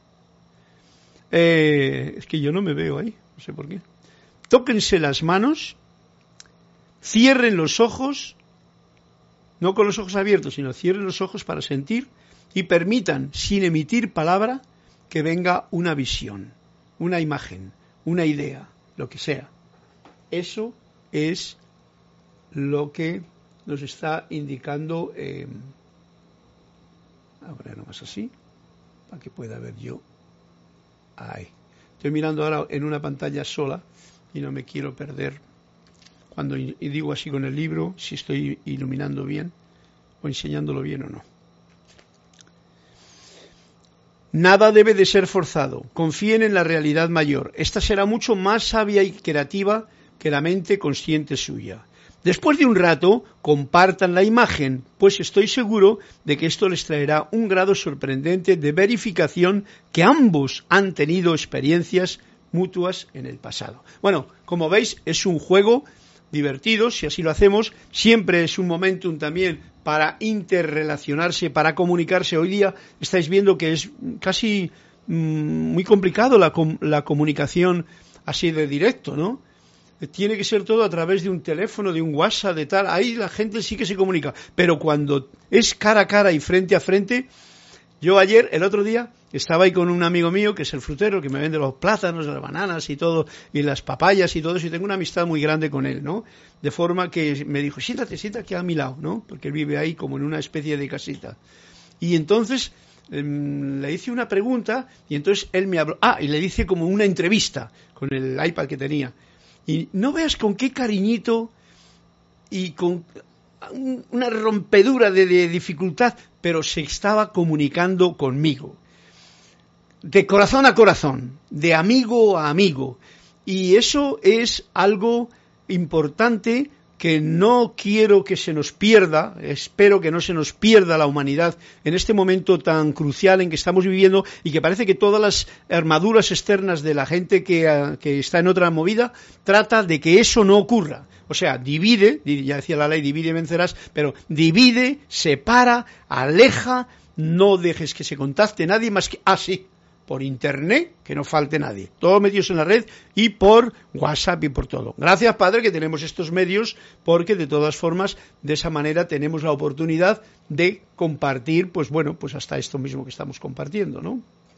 Eh, es que yo no me veo ahí, no sé por qué. Tóquense las manos, cierren los ojos, no con los ojos abiertos, sino cierren los ojos para sentir y permitan, sin emitir palabra, que venga una visión, una imagen, una idea, lo que sea. Eso es lo que nos está indicando, eh, ahora nomás así, para que pueda ver yo. Ahí. Estoy mirando ahora en una pantalla sola y no me quiero perder cuando y digo así con el libro si estoy iluminando bien o enseñándolo bien o no. Nada debe de ser forzado. Confíen en la realidad mayor. Esta será mucho más sabia y creativa que la mente consciente suya. Después de un rato, compartan la imagen, pues estoy seguro de que esto les traerá un grado sorprendente de verificación que ambos han tenido experiencias mutuas en el pasado. Bueno, como veis, es un juego divertido, si así lo hacemos. Siempre es un momentum también para interrelacionarse, para comunicarse. Hoy día estáis viendo que es casi mmm, muy complicado la, la comunicación así de directo, ¿no? Tiene que ser todo a través de un teléfono, de un WhatsApp, de tal. Ahí la gente sí que se comunica. Pero cuando es cara a cara y frente a frente, yo ayer, el otro día, estaba ahí con un amigo mío, que es el frutero, que me vende los plátanos, las bananas y todo, y las papayas y todo eso, y tengo una amistad muy grande con él, ¿no? De forma que me dijo, siéntate, siéntate aquí a mi lado, ¿no? Porque él vive ahí como en una especie de casita. Y entonces eh, le hice una pregunta, y entonces él me habló, ah, y le hice como una entrevista con el iPad que tenía. Y no veas con qué cariñito y con una rompedura de, de dificultad, pero se estaba comunicando conmigo. De corazón a corazón, de amigo a amigo. Y eso es algo importante que no quiero que se nos pierda, espero que no se nos pierda la humanidad en este momento tan crucial en que estamos viviendo y que parece que todas las armaduras externas de la gente que, que está en otra movida trata de que eso no ocurra. O sea, divide, ya decía la ley, divide y vencerás, pero divide, separa, aleja, no dejes que se contacte nadie más que así. Ah, por internet, que no falte nadie, todos medios en la red y por WhatsApp y por todo. Gracias, Padre, que tenemos estos medios, porque de todas formas, de esa manera tenemos la oportunidad de compartir, pues bueno, pues hasta esto mismo que estamos compartiendo, ¿no?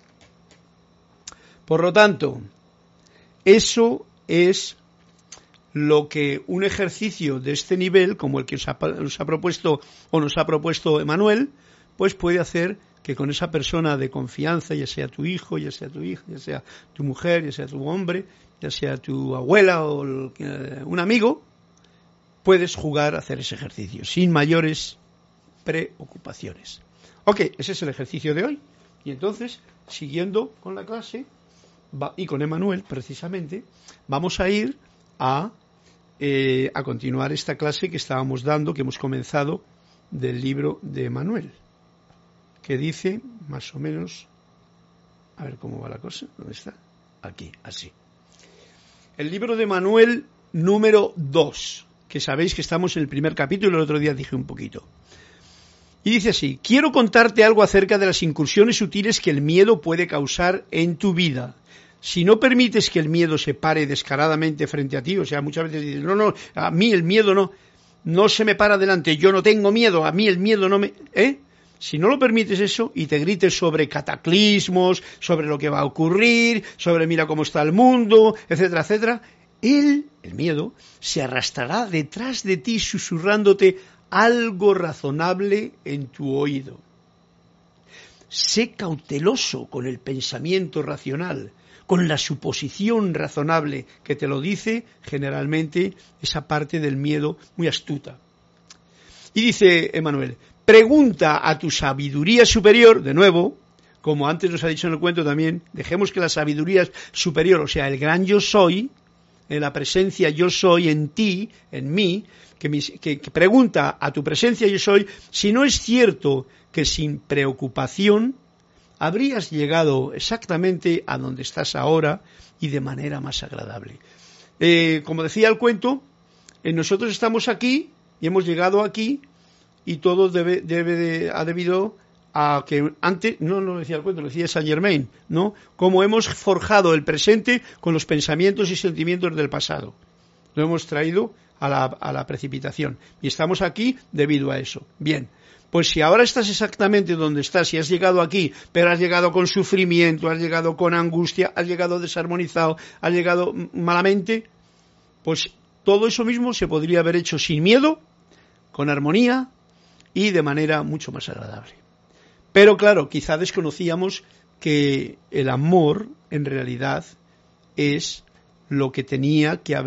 Por lo tanto, eso es lo que un ejercicio de este nivel, como el que os ha, os ha propuesto o nos ha propuesto Emanuel, pues puede hacer que con esa persona de confianza, ya sea tu hijo, ya sea tu hija, ya sea tu mujer, ya sea tu hombre, ya sea tu abuela o un amigo, puedes jugar a hacer ese ejercicio sin mayores preocupaciones. Ok, ese es el ejercicio de hoy. Y entonces, siguiendo con la clase va, y con Emmanuel precisamente, vamos a ir a, eh, a continuar esta clase que estábamos dando, que hemos comenzado del libro de Emmanuel, que dice más o menos, a ver cómo va la cosa, ¿dónde está? Aquí, así. El libro de Emmanuel número dos, que sabéis que estamos en el primer capítulo, el otro día dije un poquito. Y dice así: quiero contarte algo acerca de las incursiones sutiles que el miedo puede causar en tu vida. Si no permites que el miedo se pare descaradamente frente a ti, o sea, muchas veces dices, no, no, a mí el miedo no, no se me para delante, yo no tengo miedo, a mí el miedo no me... ¿Eh? Si no lo permites eso y te grites sobre cataclismos, sobre lo que va a ocurrir, sobre mira cómo está el mundo, etcétera, etcétera, él, el miedo, se arrastrará detrás de ti susurrándote algo razonable en tu oído. Sé cauteloso con el pensamiento racional, con la suposición razonable que te lo dice generalmente esa parte del miedo muy astuta. Y dice Emmanuel, pregunta a tu sabiduría superior, de nuevo, como antes nos ha dicho en el cuento también, dejemos que la sabiduría superior, o sea, el gran yo soy, en la presencia yo soy en ti, en mí, que, mis, que, que pregunta a tu presencia yo soy, si no es cierto que sin preocupación habrías llegado exactamente a donde estás ahora y de manera más agradable. Eh, como decía el cuento, eh, nosotros estamos aquí y hemos llegado aquí y todo debe, debe de, ha debido a que antes, no lo decía el cuento, lo decía Saint Germain, ¿no? Como hemos forjado el presente con los pensamientos y sentimientos del pasado. Lo hemos traído a la, a la precipitación y estamos aquí debido a eso. Bien. Pues si ahora estás exactamente donde estás y has llegado aquí, pero has llegado con sufrimiento, has llegado con angustia, has llegado desarmonizado, has llegado malamente, pues todo eso mismo se podría haber hecho sin miedo, con armonía y de manera mucho más agradable. Pero claro, quizá desconocíamos que el amor en realidad es lo que tenía que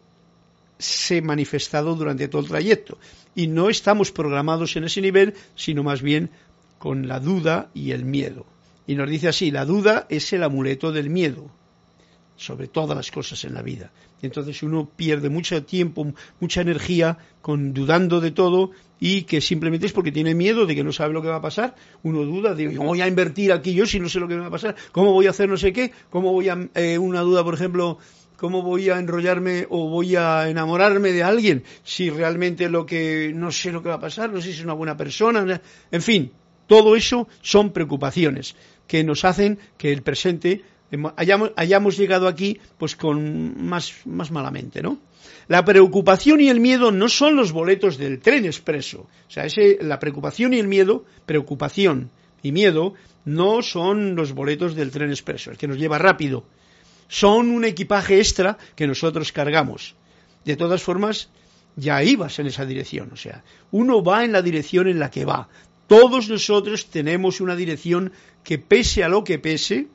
haberse manifestado durante todo el trayecto. Y no estamos programados en ese nivel, sino más bien con la duda y el miedo. Y nos dice así, la duda es el amuleto del miedo sobre todas las cosas en la vida. Y entonces uno pierde mucho tiempo, mucha energía con dudando de todo y que simplemente es porque tiene miedo de que no sabe lo que va a pasar. Uno duda de, ¿cómo voy a invertir aquí yo si no sé lo que me va a pasar? ¿Cómo voy a hacer no sé qué? ¿Cómo voy a, eh, una duda, por ejemplo... ¿Cómo voy a enrollarme o voy a enamorarme de alguien si realmente lo que no sé lo que va a pasar, no sé si es una buena persona? En fin, todo eso son preocupaciones que nos hacen que el presente hayamos, hayamos llegado aquí pues con más, más malamente, ¿no? La preocupación y el miedo no son los boletos del tren expreso. O sea, ese, la preocupación y el miedo, preocupación y miedo, no son los boletos del tren expreso, el que nos lleva rápido. Son un equipaje extra que nosotros cargamos. De todas formas, ya ibas en esa dirección. O sea, uno va en la dirección en la que va. Todos nosotros tenemos una dirección que pese a lo que pese,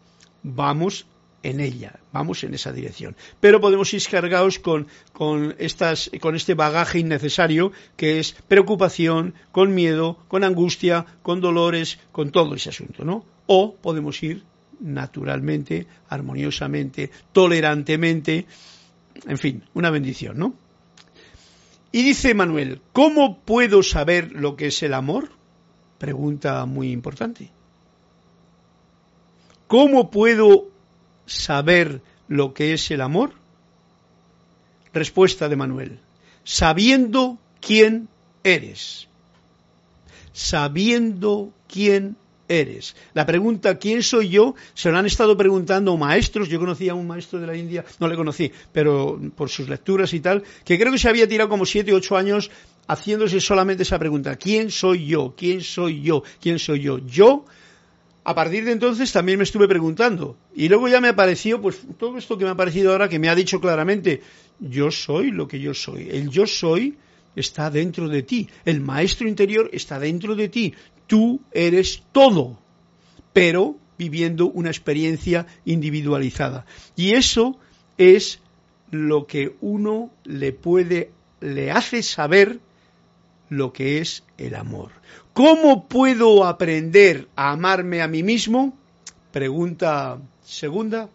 vamos en ella, vamos en esa dirección. Pero podemos ir cargados con, con, estas, con este bagaje innecesario que es preocupación, con miedo, con angustia, con dolores, con todo ese asunto, ¿no? O podemos ir naturalmente, armoniosamente, tolerantemente, en fin, una bendición, ¿no? Y dice Manuel, ¿cómo puedo saber lo que es el amor? Pregunta muy importante. ¿Cómo puedo saber lo que es el amor? Respuesta de Manuel, sabiendo quién eres. Sabiendo quién eres. La pregunta ¿quién soy yo? Se lo han estado preguntando maestros. Yo conocí a un maestro de la India, no le conocí, pero por sus lecturas y tal, que creo que se había tirado como siete o ocho años haciéndose solamente esa pregunta. ¿Quién soy yo? ¿Quién soy yo? ¿Quién soy yo? Yo, a partir de entonces también me estuve preguntando. Y luego ya me apareció, pues todo esto que me ha aparecido ahora, que me ha dicho claramente, yo soy lo que yo soy. El yo soy está dentro de ti. El maestro interior está dentro de ti. Tú eres todo, pero viviendo una experiencia individualizada. Y eso es lo que uno le puede le hace saber lo que es el amor. ¿Cómo puedo aprender a amarme a mí mismo? Pregunta segunda.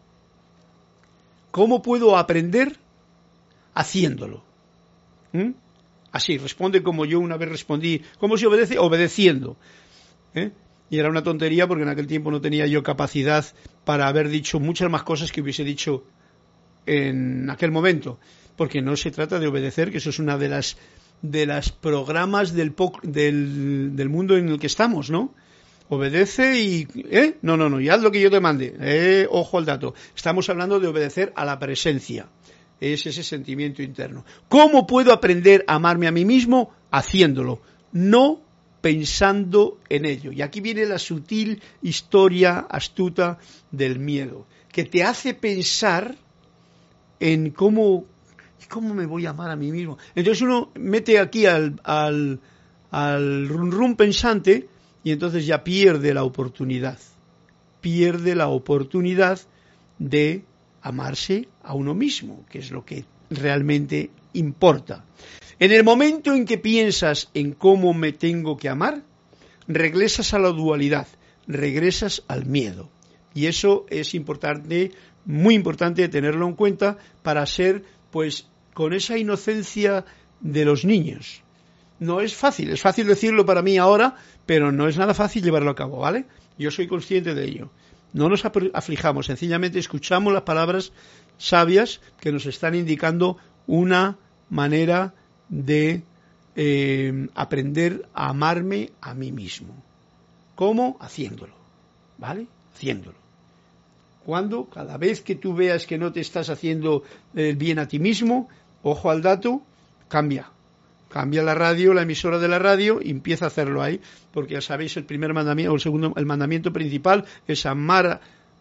¿Cómo puedo aprender? Haciéndolo. ¿Mm? Así, responde como yo una vez respondí. ¿Cómo se obedece? Obedeciendo. ¿Eh? Y era una tontería porque en aquel tiempo no tenía yo capacidad para haber dicho muchas más cosas que hubiese dicho en aquel momento. Porque no se trata de obedecer, que eso es una de las de las programas del, po- del, del mundo en el que estamos, ¿no? Obedece y... ¿eh? No, no, no, y haz lo que yo te mande. Eh, ojo al dato. Estamos hablando de obedecer a la presencia. Es ese sentimiento interno. ¿Cómo puedo aprender a amarme a mí mismo? Haciéndolo, no pensando en ello. Y aquí viene la sutil historia astuta del miedo, que te hace pensar en cómo, cómo me voy a amar a mí mismo. Entonces uno mete aquí al, al, al rum rum pensante y entonces ya pierde la oportunidad. Pierde la oportunidad de amarse a uno mismo, que es lo que realmente importa. En el momento en que piensas en cómo me tengo que amar, regresas a la dualidad, regresas al miedo. Y eso es importante, muy importante tenerlo en cuenta para ser, pues, con esa inocencia de los niños. No es fácil, es fácil decirlo para mí ahora, pero no es nada fácil llevarlo a cabo, ¿vale? Yo soy consciente de ello. No nos aflijamos, sencillamente escuchamos las palabras sabias que nos están indicando una manera de eh, aprender a amarme a mí mismo. ¿Cómo? Haciéndolo, ¿vale? Haciéndolo. Cuando cada vez que tú veas que no te estás haciendo el bien a ti mismo, ojo al dato, cambia. Cambia la radio, la emisora de la radio, y empieza a hacerlo ahí, porque ya sabéis, el primer mandamiento, o el segundo, el mandamiento principal es amar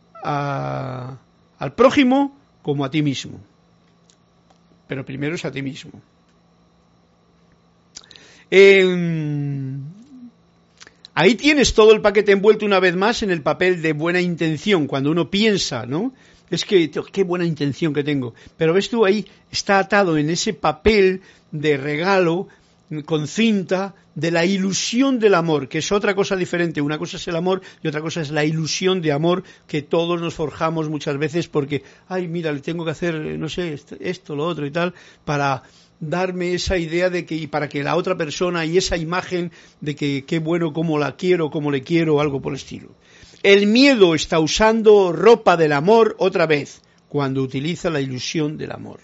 a, al prójimo como a ti mismo. Pero primero es a ti mismo. Eh, ahí tienes todo el paquete envuelto una vez más en el papel de buena intención, cuando uno piensa, ¿no? Es que, qué buena intención que tengo. Pero ves tú, ahí está atado en ese papel de regalo, con cinta, de la ilusión del amor, que es otra cosa diferente. Una cosa es el amor y otra cosa es la ilusión de amor que todos nos forjamos muchas veces porque, ay, mira, le tengo que hacer, no sé, esto, lo otro y tal, para darme esa idea de que, y para que la otra persona, y esa imagen de que qué bueno, cómo la quiero, cómo le quiero, algo por el estilo. El miedo está usando ropa del amor otra vez, cuando utiliza la ilusión del amor.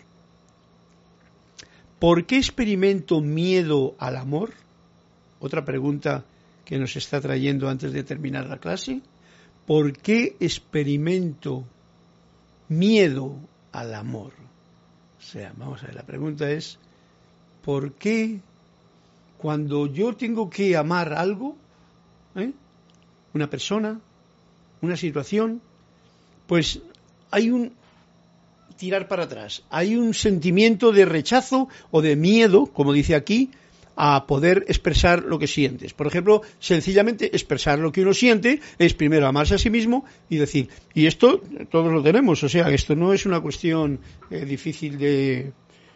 ¿Por qué experimento miedo al amor? Otra pregunta que nos está trayendo antes de terminar la clase. ¿Por qué experimento miedo al amor? O sea, vamos a ver, la pregunta es, ¿por qué cuando yo tengo que amar algo, ¿eh? una persona, una situación, pues hay un tirar para atrás, hay un sentimiento de rechazo o de miedo, como dice aquí, a poder expresar lo que sientes? Por ejemplo, sencillamente expresar lo que uno siente es primero amarse a sí mismo y decir, y esto todos lo tenemos, o sea, esto no es una cuestión eh, difícil de,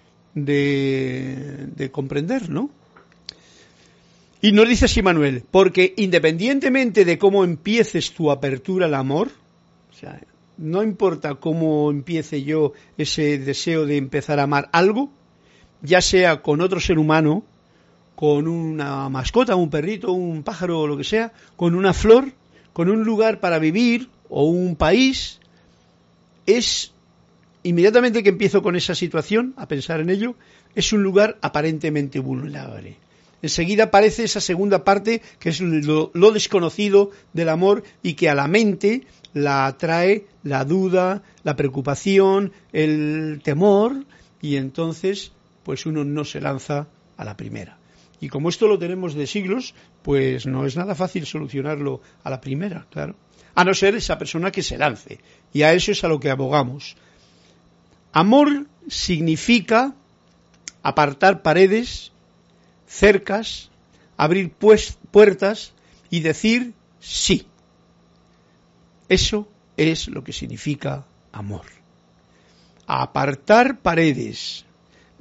de, de comprender, ¿no? Y nos dice así Manuel, porque independientemente de cómo empieces tu apertura al amor, o sea, no importa cómo empiece yo ese deseo de empezar a amar algo, ya sea con otro ser humano, con una mascota, un perrito, un pájaro o lo que sea, con una flor, con un lugar para vivir o un país, es inmediatamente que empiezo con esa situación, a pensar en ello, es un lugar aparentemente vulnerable. Enseguida aparece esa segunda parte que es lo, lo desconocido del amor y que a la mente la atrae la duda, la preocupación, el temor, y entonces pues uno no se lanza a la primera. Y como esto lo tenemos de siglos, pues no es nada fácil solucionarlo a la primera, claro. A no ser esa persona que se lance. Y a eso es a lo que abogamos. Amor significa apartar paredes, cercas, abrir pues, puertas y decir sí. Eso es lo que significa amor. Apartar paredes,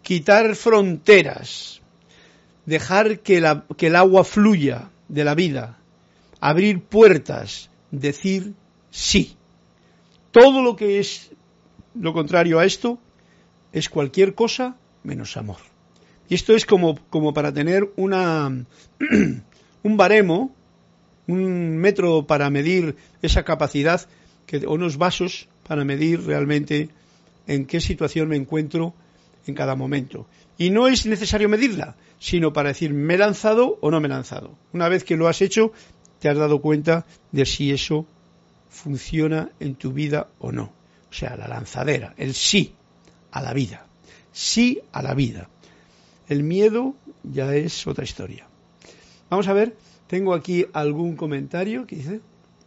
quitar fronteras, dejar que, la, que el agua fluya de la vida, abrir puertas, decir sí. Todo lo que es lo contrario a esto es cualquier cosa menos amor. Y esto es como, como para tener una, un baremo, un metro para medir esa capacidad, que, o unos vasos para medir realmente en qué situación me encuentro en cada momento. Y no es necesario medirla, sino para decir, ¿me he lanzado o no me he lanzado? Una vez que lo has hecho, te has dado cuenta de si eso funciona en tu vida o no. O sea, la lanzadera, el sí a la vida. Sí a la vida. El miedo ya es otra historia. Vamos a ver, tengo aquí algún comentario que dice...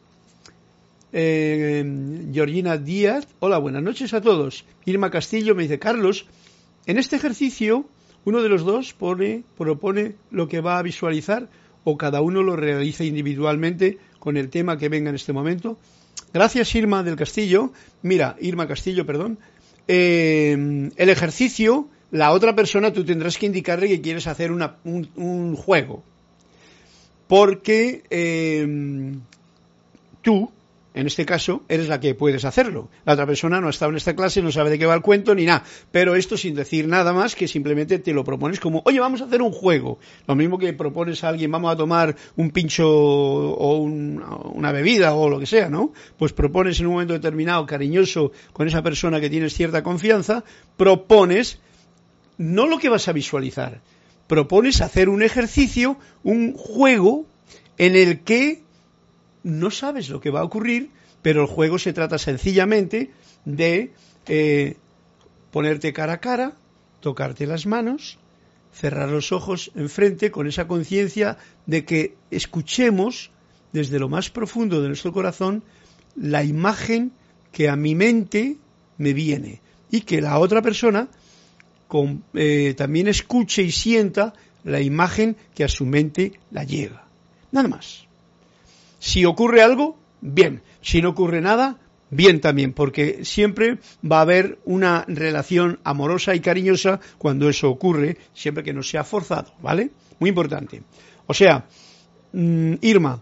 Eh, Georgina Díaz, hola, buenas noches a todos. Irma Castillo me dice, Carlos, en este ejercicio uno de los dos pone, propone lo que va a visualizar o cada uno lo realiza individualmente con el tema que venga en este momento. Gracias, Irma del Castillo. Mira, Irma Castillo, perdón. Eh, el ejercicio, la otra persona, tú tendrás que indicarle que quieres hacer una, un, un juego. Porque eh, tú, en este caso, eres la que puedes hacerlo. La otra persona no ha estado en esta clase, no sabe de qué va el cuento ni nada. Pero esto sin decir nada más, que simplemente te lo propones como, oye, vamos a hacer un juego. Lo mismo que propones a alguien, vamos a tomar un pincho o un, una bebida o lo que sea, ¿no? Pues propones en un momento determinado, cariñoso, con esa persona que tienes cierta confianza, propones no lo que vas a visualizar, propones hacer un ejercicio, un juego en el que no sabes lo que va a ocurrir, pero el juego se trata sencillamente de eh, ponerte cara a cara, tocarte las manos, cerrar los ojos enfrente con esa conciencia de que escuchemos desde lo más profundo de nuestro corazón la imagen que a mi mente me viene y que la otra persona con, eh, también escuche y sienta la imagen que a su mente la llega. Nada más. Si ocurre algo, bien. Si no ocurre nada, bien también, porque siempre va a haber una relación amorosa y cariñosa cuando eso ocurre, siempre que no sea forzado, ¿vale? Muy importante. O sea, mmm, Irma,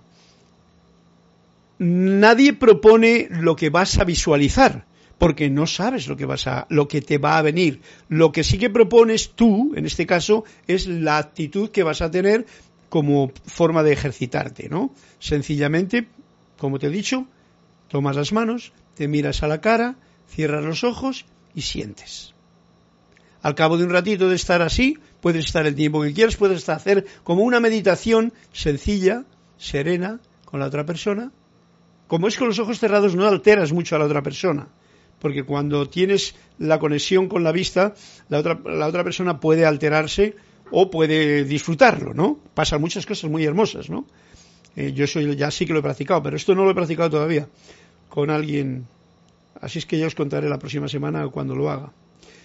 nadie propone lo que vas a visualizar, porque no sabes lo que vas a, lo que te va a venir. Lo que sí que propones tú, en este caso, es la actitud que vas a tener como forma de ejercitarte, ¿no? Sencillamente, como te he dicho, tomas las manos, te miras a la cara, cierras los ojos y sientes. Al cabo de un ratito de estar así, puedes estar el tiempo que quieras, puedes hacer como una meditación sencilla, serena, con la otra persona. Como es con los ojos cerrados, no alteras mucho a la otra persona, porque cuando tienes la conexión con la vista, la otra, la otra persona puede alterarse o puede disfrutarlo, ¿no? Pasan muchas cosas muy hermosas, ¿no? Eh, yo soy, ya sí que lo he practicado, pero esto no lo he practicado todavía con alguien, así es que ya os contaré la próxima semana cuando lo haga.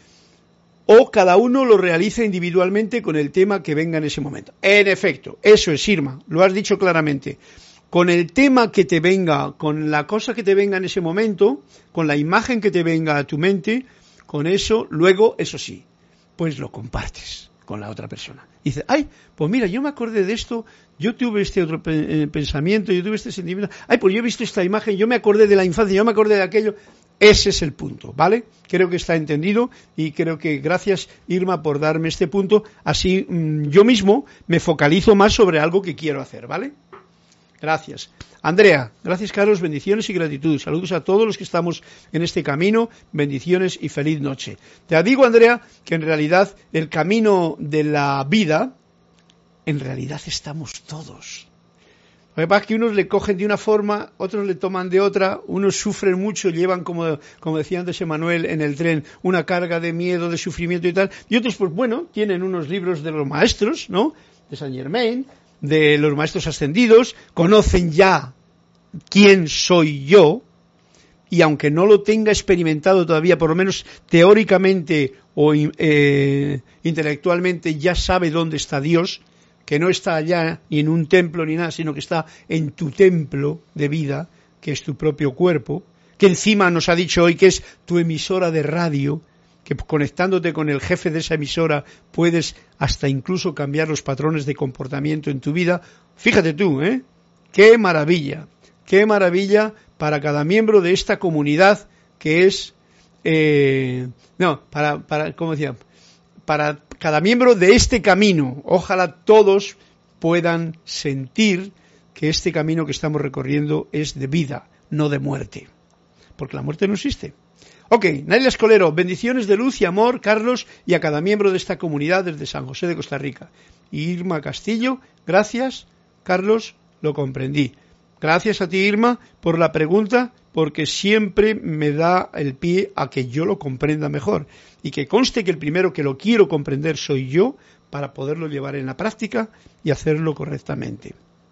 O cada uno lo realiza individualmente con el tema que venga en ese momento. En efecto, eso es, Irma, lo has dicho claramente. Con el tema que te venga, con la cosa que te venga en ese momento, con la imagen que te venga a tu mente, con eso, luego, eso sí, pues lo compartes con la otra persona. Y dice, ay, pues mira, yo me acordé de esto, yo tuve este otro pe- eh, pensamiento, yo tuve este sentimiento, ay, pues yo he visto esta imagen, yo me acordé de la infancia, yo me acordé de aquello. Ese es el punto, ¿vale? Creo que está entendido y creo que gracias, Irma, por darme este punto, así mmm, yo mismo me focalizo más sobre algo que quiero hacer, ¿vale? Gracias. Andrea, gracias, Carlos, bendiciones y gratitud. Saludos a todos los que estamos en este camino, bendiciones y feliz noche. Te digo, Andrea, que en realidad el camino de la vida, en realidad estamos todos. Lo que pasa es que unos le cogen de una forma, otros le toman de otra, unos sufren mucho, llevan, como, como decía antes Emanuel, en el tren, una carga de miedo, de sufrimiento y tal, y otros, pues bueno, tienen unos libros de los maestros, ¿no?, de Saint Germain, de los maestros ascendidos, conocen ya quién soy yo, y aunque no lo tenga experimentado todavía, por lo menos teóricamente o eh, intelectualmente ya sabe dónde está Dios, que no está allá ni en un templo ni nada, sino que está en tu templo de vida, que es tu propio cuerpo, que encima nos ha dicho hoy que es tu emisora de radio, que conectándote con el jefe de esa emisora puedes hasta incluso cambiar los patrones de comportamiento en tu vida. Fíjate tú, ¿eh? ¡Qué maravilla! ¡Qué maravilla para cada miembro de esta comunidad que es... Eh, no, para, para, ¿cómo decía? Para cada miembro de este camino. Ojalá todos puedan sentir que este camino que estamos recorriendo es de vida, no de muerte. Porque la muerte no existe. Ok, Naila Escolero, bendiciones de luz y amor, Carlos, y a cada miembro de esta comunidad desde San José de Costa Rica. Irma Castillo, gracias, Carlos, lo comprendí. Gracias a ti, Irma, por la pregunta, porque siempre me da el pie a que yo lo comprenda mejor. Y que conste que el primero que lo quiero comprender soy yo, para poderlo llevar en la práctica y hacerlo correctamente.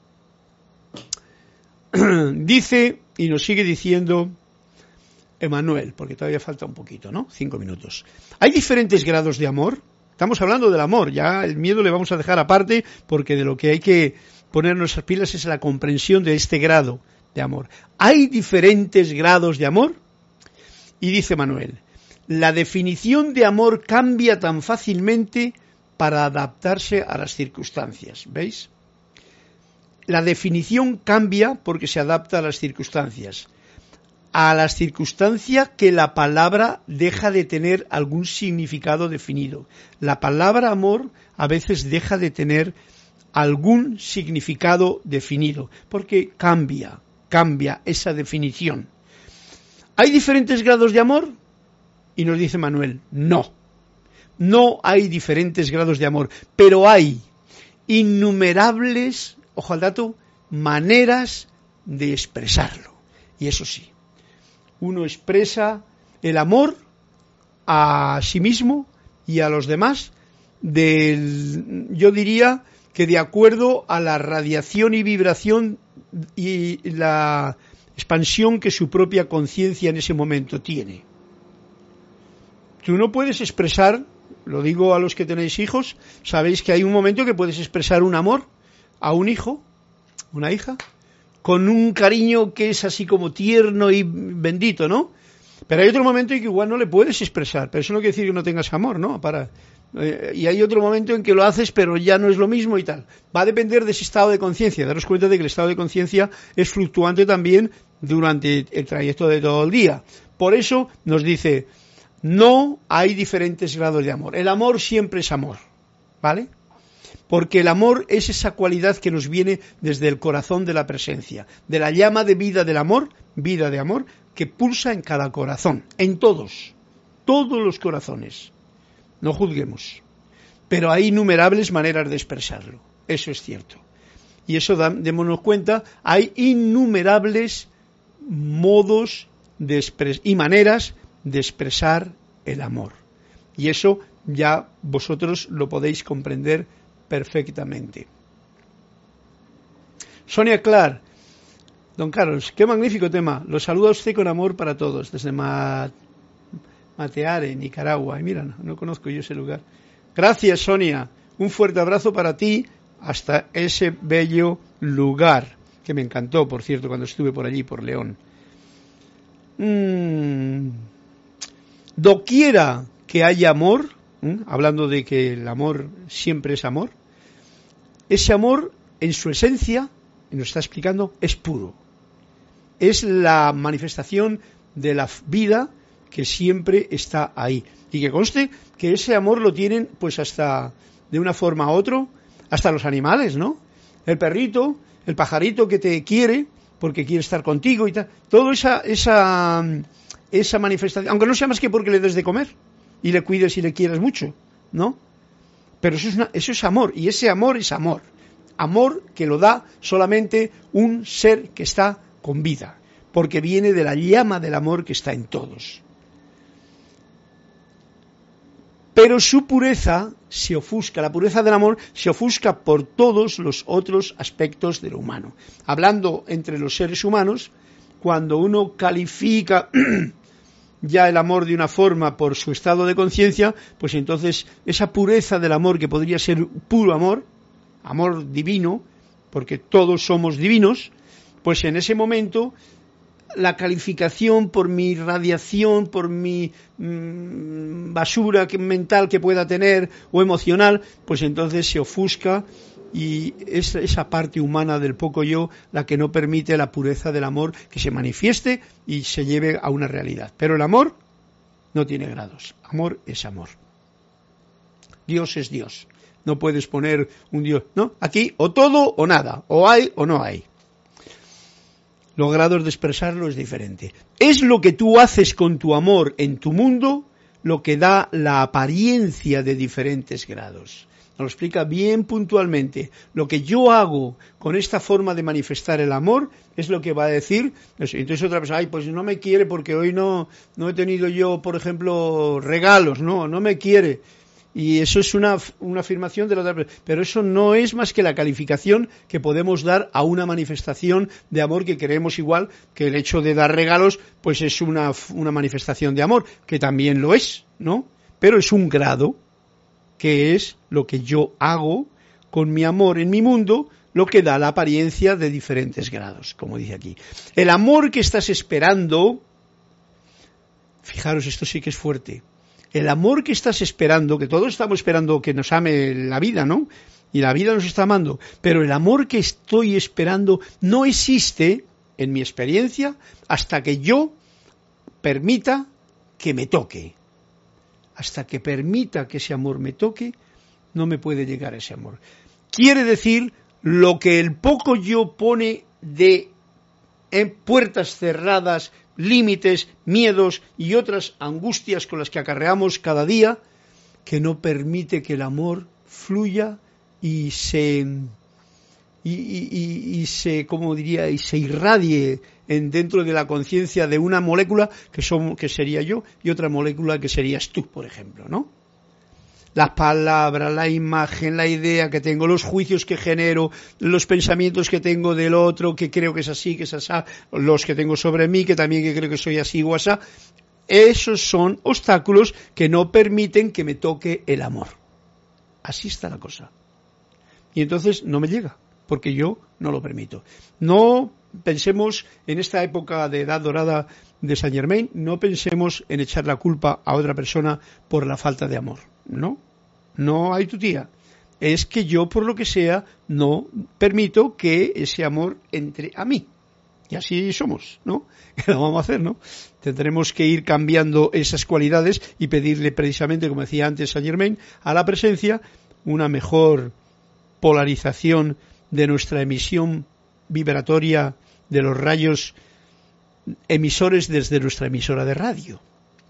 Dice, y nos sigue diciendo... Emanuel, porque todavía falta un poquito, ¿no? Cinco minutos. ¿Hay diferentes grados de amor? Estamos hablando del amor, ya el miedo le vamos a dejar aparte, porque de lo que hay que poner nuestras pilas es la comprensión de este grado de amor. ¿Hay diferentes grados de amor? Y dice Manuel, la definición de amor cambia tan fácilmente para adaptarse a las circunstancias, ¿veis? La definición cambia porque se adapta a las circunstancias. A las circunstancias que la palabra deja de tener algún significado definido. La palabra amor a veces deja de tener algún significado definido, porque cambia, cambia esa definición. ¿Hay diferentes grados de amor? Y nos dice Manuel, no, no hay diferentes grados de amor, pero hay innumerables, ojo al dato, maneras de expresarlo. Y eso sí. Uno expresa el amor a sí mismo y a los demás, del, yo diría que de acuerdo a la radiación y vibración y la expansión que su propia conciencia en ese momento tiene. Tú no puedes expresar, lo digo a los que tenéis hijos, sabéis que hay un momento que puedes expresar un amor a un hijo, una hija, con un cariño que es así como tierno y bendito, ¿no? Pero hay otro momento en que igual no le puedes expresar, pero eso no quiere decir que no tengas amor, ¿no? Para, eh, y hay otro momento en que lo haces, pero ya no es lo mismo y tal. Va a depender de ese estado de conciencia. Daros cuenta de que el estado de conciencia es fluctuante también durante el trayecto de todo el día. Por eso nos dice, no hay diferentes grados de amor. El amor siempre es amor, ¿vale? Porque el amor es esa cualidad que nos viene desde el corazón de la presencia, de la llama de vida del amor, vida de amor, que pulsa en cada corazón, en todos, todos los corazones. No juzguemos, pero hay innumerables maneras de expresarlo, eso es cierto. Y eso, démonos cuenta, hay innumerables modos de expres- y maneras de expresar el amor. Y eso ya vosotros lo podéis comprender perfectamente. Sonia Clar, don Carlos, qué magnífico tema. Los saluda a usted con amor para todos, desde Ma- Mateare, Nicaragua. Y mira, no, no conozco yo ese lugar. Gracias, Sonia. Un fuerte abrazo para ti hasta ese bello lugar, que me encantó, por cierto, cuando estuve por allí, por León. Mm. Doquiera que haya amor, ¿eh? Hablando de que el amor siempre es amor, ese amor en su esencia, y nos está explicando, es puro. Es la manifestación de la vida que siempre está ahí. Y que conste que ese amor lo tienen pues hasta de una forma a otra, hasta los animales, ¿no? El perrito, el pajarito que te quiere porque quiere estar contigo y tal. Toda esa, esa, esa manifestación, aunque no sea más que porque le des de comer y le cuides y le quieras mucho, ¿no? Pero eso es, una, eso es amor, y ese amor es amor. Amor que lo da solamente un ser que está con vida, porque viene de la llama del amor que está en todos. Pero su pureza se ofusca, la pureza del amor se ofusca por todos los otros aspectos de lo humano. Hablando entre los seres humanos, cuando uno califica ya el amor de una forma por su estado de conciencia, pues entonces esa pureza del amor que podría ser puro amor, amor divino, porque todos somos divinos, pues en ese momento la calificación, por mi radiación, por mi mmm, basura que, mental que pueda tener o emocional, pues entonces se ofusca y es esa parte humana del poco yo la que no permite la pureza del amor que se manifieste y se lleve a una realidad. Pero el amor no tiene grados, amor es amor. Dios es Dios. No puedes poner un Dios, ¿no? Aquí o todo o nada, o hay o no hay. Los grados de expresarlo es diferente. Es lo que tú haces con tu amor en tu mundo lo que da la apariencia de diferentes grados. Nos lo explica bien puntualmente. Lo que yo hago con esta forma de manifestar el amor es lo que va a decir. Entonces otra persona, ay, pues no me quiere porque hoy no, no he tenido yo, por ejemplo, regalos, no, no me quiere. Y eso es una, una afirmación de la otra persona. Pero eso no es más que la calificación que podemos dar a una manifestación de amor que creemos igual que el hecho de dar regalos, pues es una, una manifestación de amor, que también lo es, ¿no? Pero es un grado que es lo que yo hago con mi amor en mi mundo, lo que da la apariencia de diferentes grados, como dice aquí. El amor que estás esperando, fijaros, esto sí que es fuerte. El amor que estás esperando, que todos estamos esperando que nos ame la vida, ¿no? Y la vida nos está amando, pero el amor que estoy esperando no existe, en mi experiencia, hasta que yo permita que me toque. Hasta que permita que ese amor me toque, no me puede llegar ese amor. Quiere decir, lo que el poco yo pone de en puertas cerradas, límites, miedos y otras angustias con las que acarreamos cada día, que no permite que el amor fluya y se y, y, y, y se, como diría, y se irradie en dentro de la conciencia de una molécula que son, que sería yo y otra molécula que serías tú, por ejemplo, ¿no? Las palabras, la imagen, la idea que tengo, los juicios que genero, los pensamientos que tengo del otro, que creo que es así, que es así, los que tengo sobre mí, que también que creo que soy así o así, esos son obstáculos que no permiten que me toque el amor. Así está la cosa. Y entonces no me llega, porque yo no lo permito. No pensemos en esta época de edad dorada de Saint Germain, no pensemos en echar la culpa a otra persona por la falta de amor. No, no hay tu tía. Es que yo, por lo que sea, no permito que ese amor entre a mí. Y así somos, ¿no? ¿Qué lo vamos a hacer, no? Tendremos que ir cambiando esas cualidades y pedirle precisamente, como decía antes Saint Germain, a la presencia una mejor polarización de nuestra emisión vibratoria de los rayos emisores desde nuestra emisora de radio.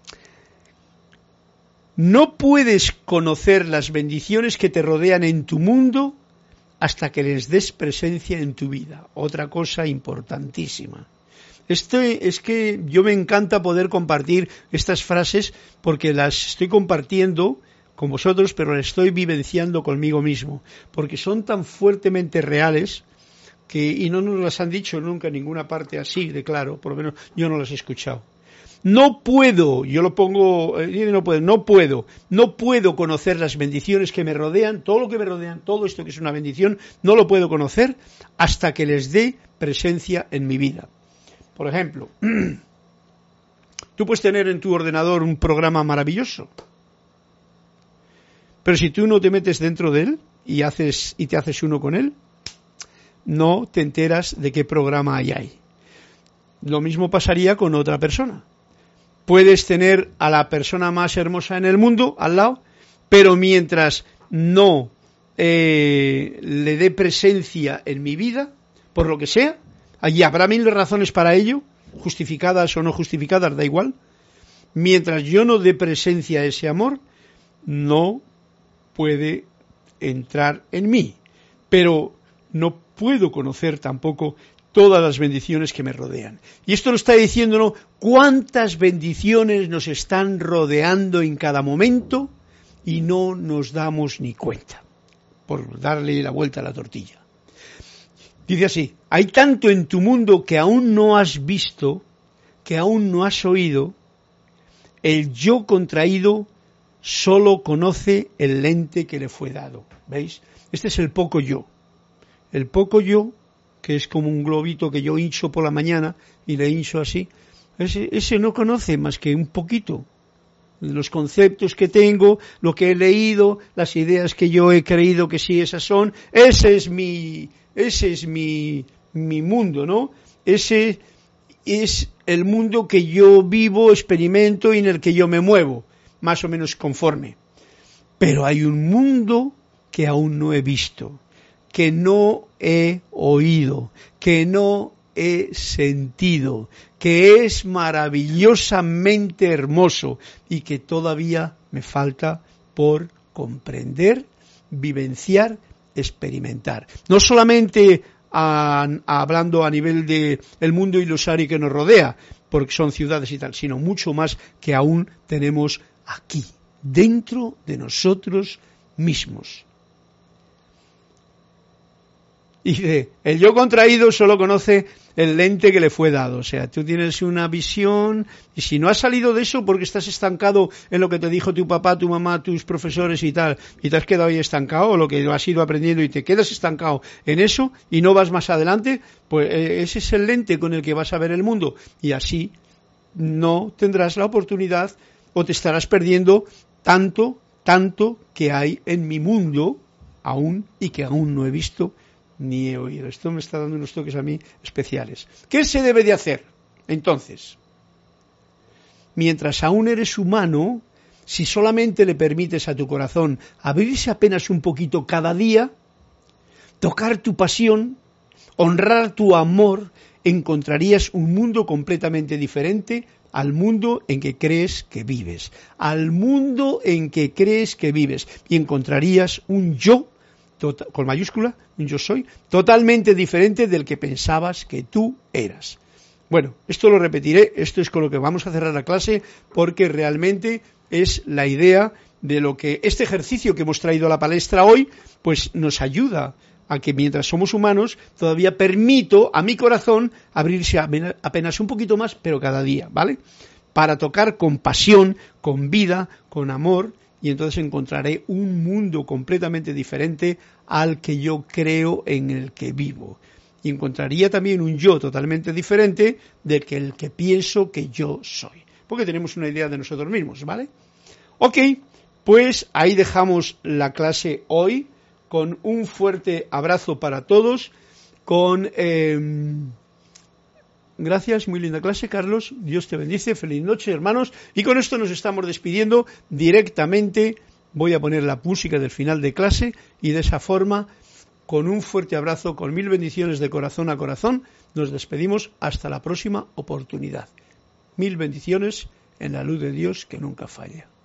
No puedes conocer las bendiciones que te rodean en tu mundo hasta que les des presencia en tu vida. Otra cosa importantísima. Esto es que yo me encanta poder compartir estas frases porque las estoy compartiendo con vosotros, pero las estoy vivenciando conmigo mismo, porque son tan fuertemente reales que, y no nos las han dicho nunca en ninguna parte así de claro, por lo menos yo no las he escuchado. No puedo, yo lo pongo, no puedo, no puedo, no puedo conocer las bendiciones que me rodean, todo lo que me rodean, todo esto que es una bendición, no lo puedo conocer hasta que les dé presencia en mi vida. Por ejemplo, tú puedes tener en tu ordenador un programa maravilloso, pero si tú no te metes dentro de él y haces y te haces uno con él, no te enteras de qué programa hay ahí. Lo mismo pasaría con otra persona. Puedes tener a la persona más hermosa en el mundo al lado, pero mientras no eh, le dé presencia en mi vida, por lo que sea, allí habrá mil razones para ello, justificadas o no justificadas, da igual. Mientras yo no dé presencia a ese amor, no puede entrar en mí. Pero no puedo conocer tampoco todas las bendiciones que me rodean. Y esto nos está diciéndonos cuántas bendiciones nos están rodeando en cada momento y no nos damos ni cuenta, por darle la vuelta a la tortilla. Dice así, hay tanto en tu mundo que aún no has visto, que aún no has oído, el yo contraído solo conoce el lente que le fue dado. ¿Veis? Este es el poco yo. El poco yo que es como un globito que yo hincho por la mañana y le hincho así, ese, ese no conoce más que un poquito los conceptos que tengo, lo que he leído, las ideas que yo he creído que sí esas son. Ese es mi, ese es mi, mi mundo, ¿no? Ese es el mundo que yo vivo, experimento y en el que yo me muevo, más o menos conforme. Pero hay un mundo que aún no he visto, que no he oído, que no he sentido, que es maravillosamente hermoso y que todavía me falta por comprender, vivenciar, experimentar. No solamente a, a, hablando a nivel de el mundo ilusorio que nos rodea, porque son ciudades y tal, sino mucho más que aún tenemos aquí, dentro de nosotros mismos. Y dice, el yo contraído solo conoce el lente que le fue dado. O sea, tú tienes una visión y si no has salido de eso porque estás estancado en lo que te dijo tu papá, tu mamá, tus profesores y tal, y te has quedado ahí estancado, o lo que has ido aprendiendo y te quedas estancado en eso y no vas más adelante, pues eh, ese es el lente con el que vas a ver el mundo. Y así no tendrás la oportunidad o te estarás perdiendo tanto, tanto que hay en mi mundo aún y que aún no he visto ni he oído. Esto me está dando unos toques a mí especiales. ¿Qué se debe de hacer? Entonces, mientras aún eres humano, si solamente le permites a tu corazón abrirse apenas un poquito cada día, tocar tu pasión, honrar tu amor, encontrarías un mundo completamente diferente al mundo en que crees que vives, al mundo en que crees que vives, y encontrarías un yo Total, con mayúscula, yo soy, totalmente diferente del que pensabas que tú eras. Bueno, esto lo repetiré, esto es con lo que vamos a cerrar la clase, porque realmente es la idea de lo que este ejercicio que hemos traído a la palestra hoy, pues nos ayuda a que mientras somos humanos, todavía permito a mi corazón abrirse apenas un poquito más, pero cada día, ¿vale? Para tocar con pasión, con vida, con amor, y entonces encontraré un mundo completamente diferente al que yo creo en el que vivo. Y encontraría también un yo totalmente diferente del que el que pienso que yo soy. Porque tenemos una idea de nosotros mismos, ¿vale? Ok, pues ahí dejamos la clase hoy con un fuerte abrazo para todos, con... Eh, Gracias, muy linda clase, Carlos. Dios te bendice. Feliz noche, hermanos. Y con esto nos estamos despidiendo directamente. Voy a poner la música del final de clase y de esa forma, con un fuerte abrazo, con mil bendiciones de corazón a corazón, nos despedimos hasta la próxima oportunidad. Mil bendiciones en la luz de Dios que nunca falla.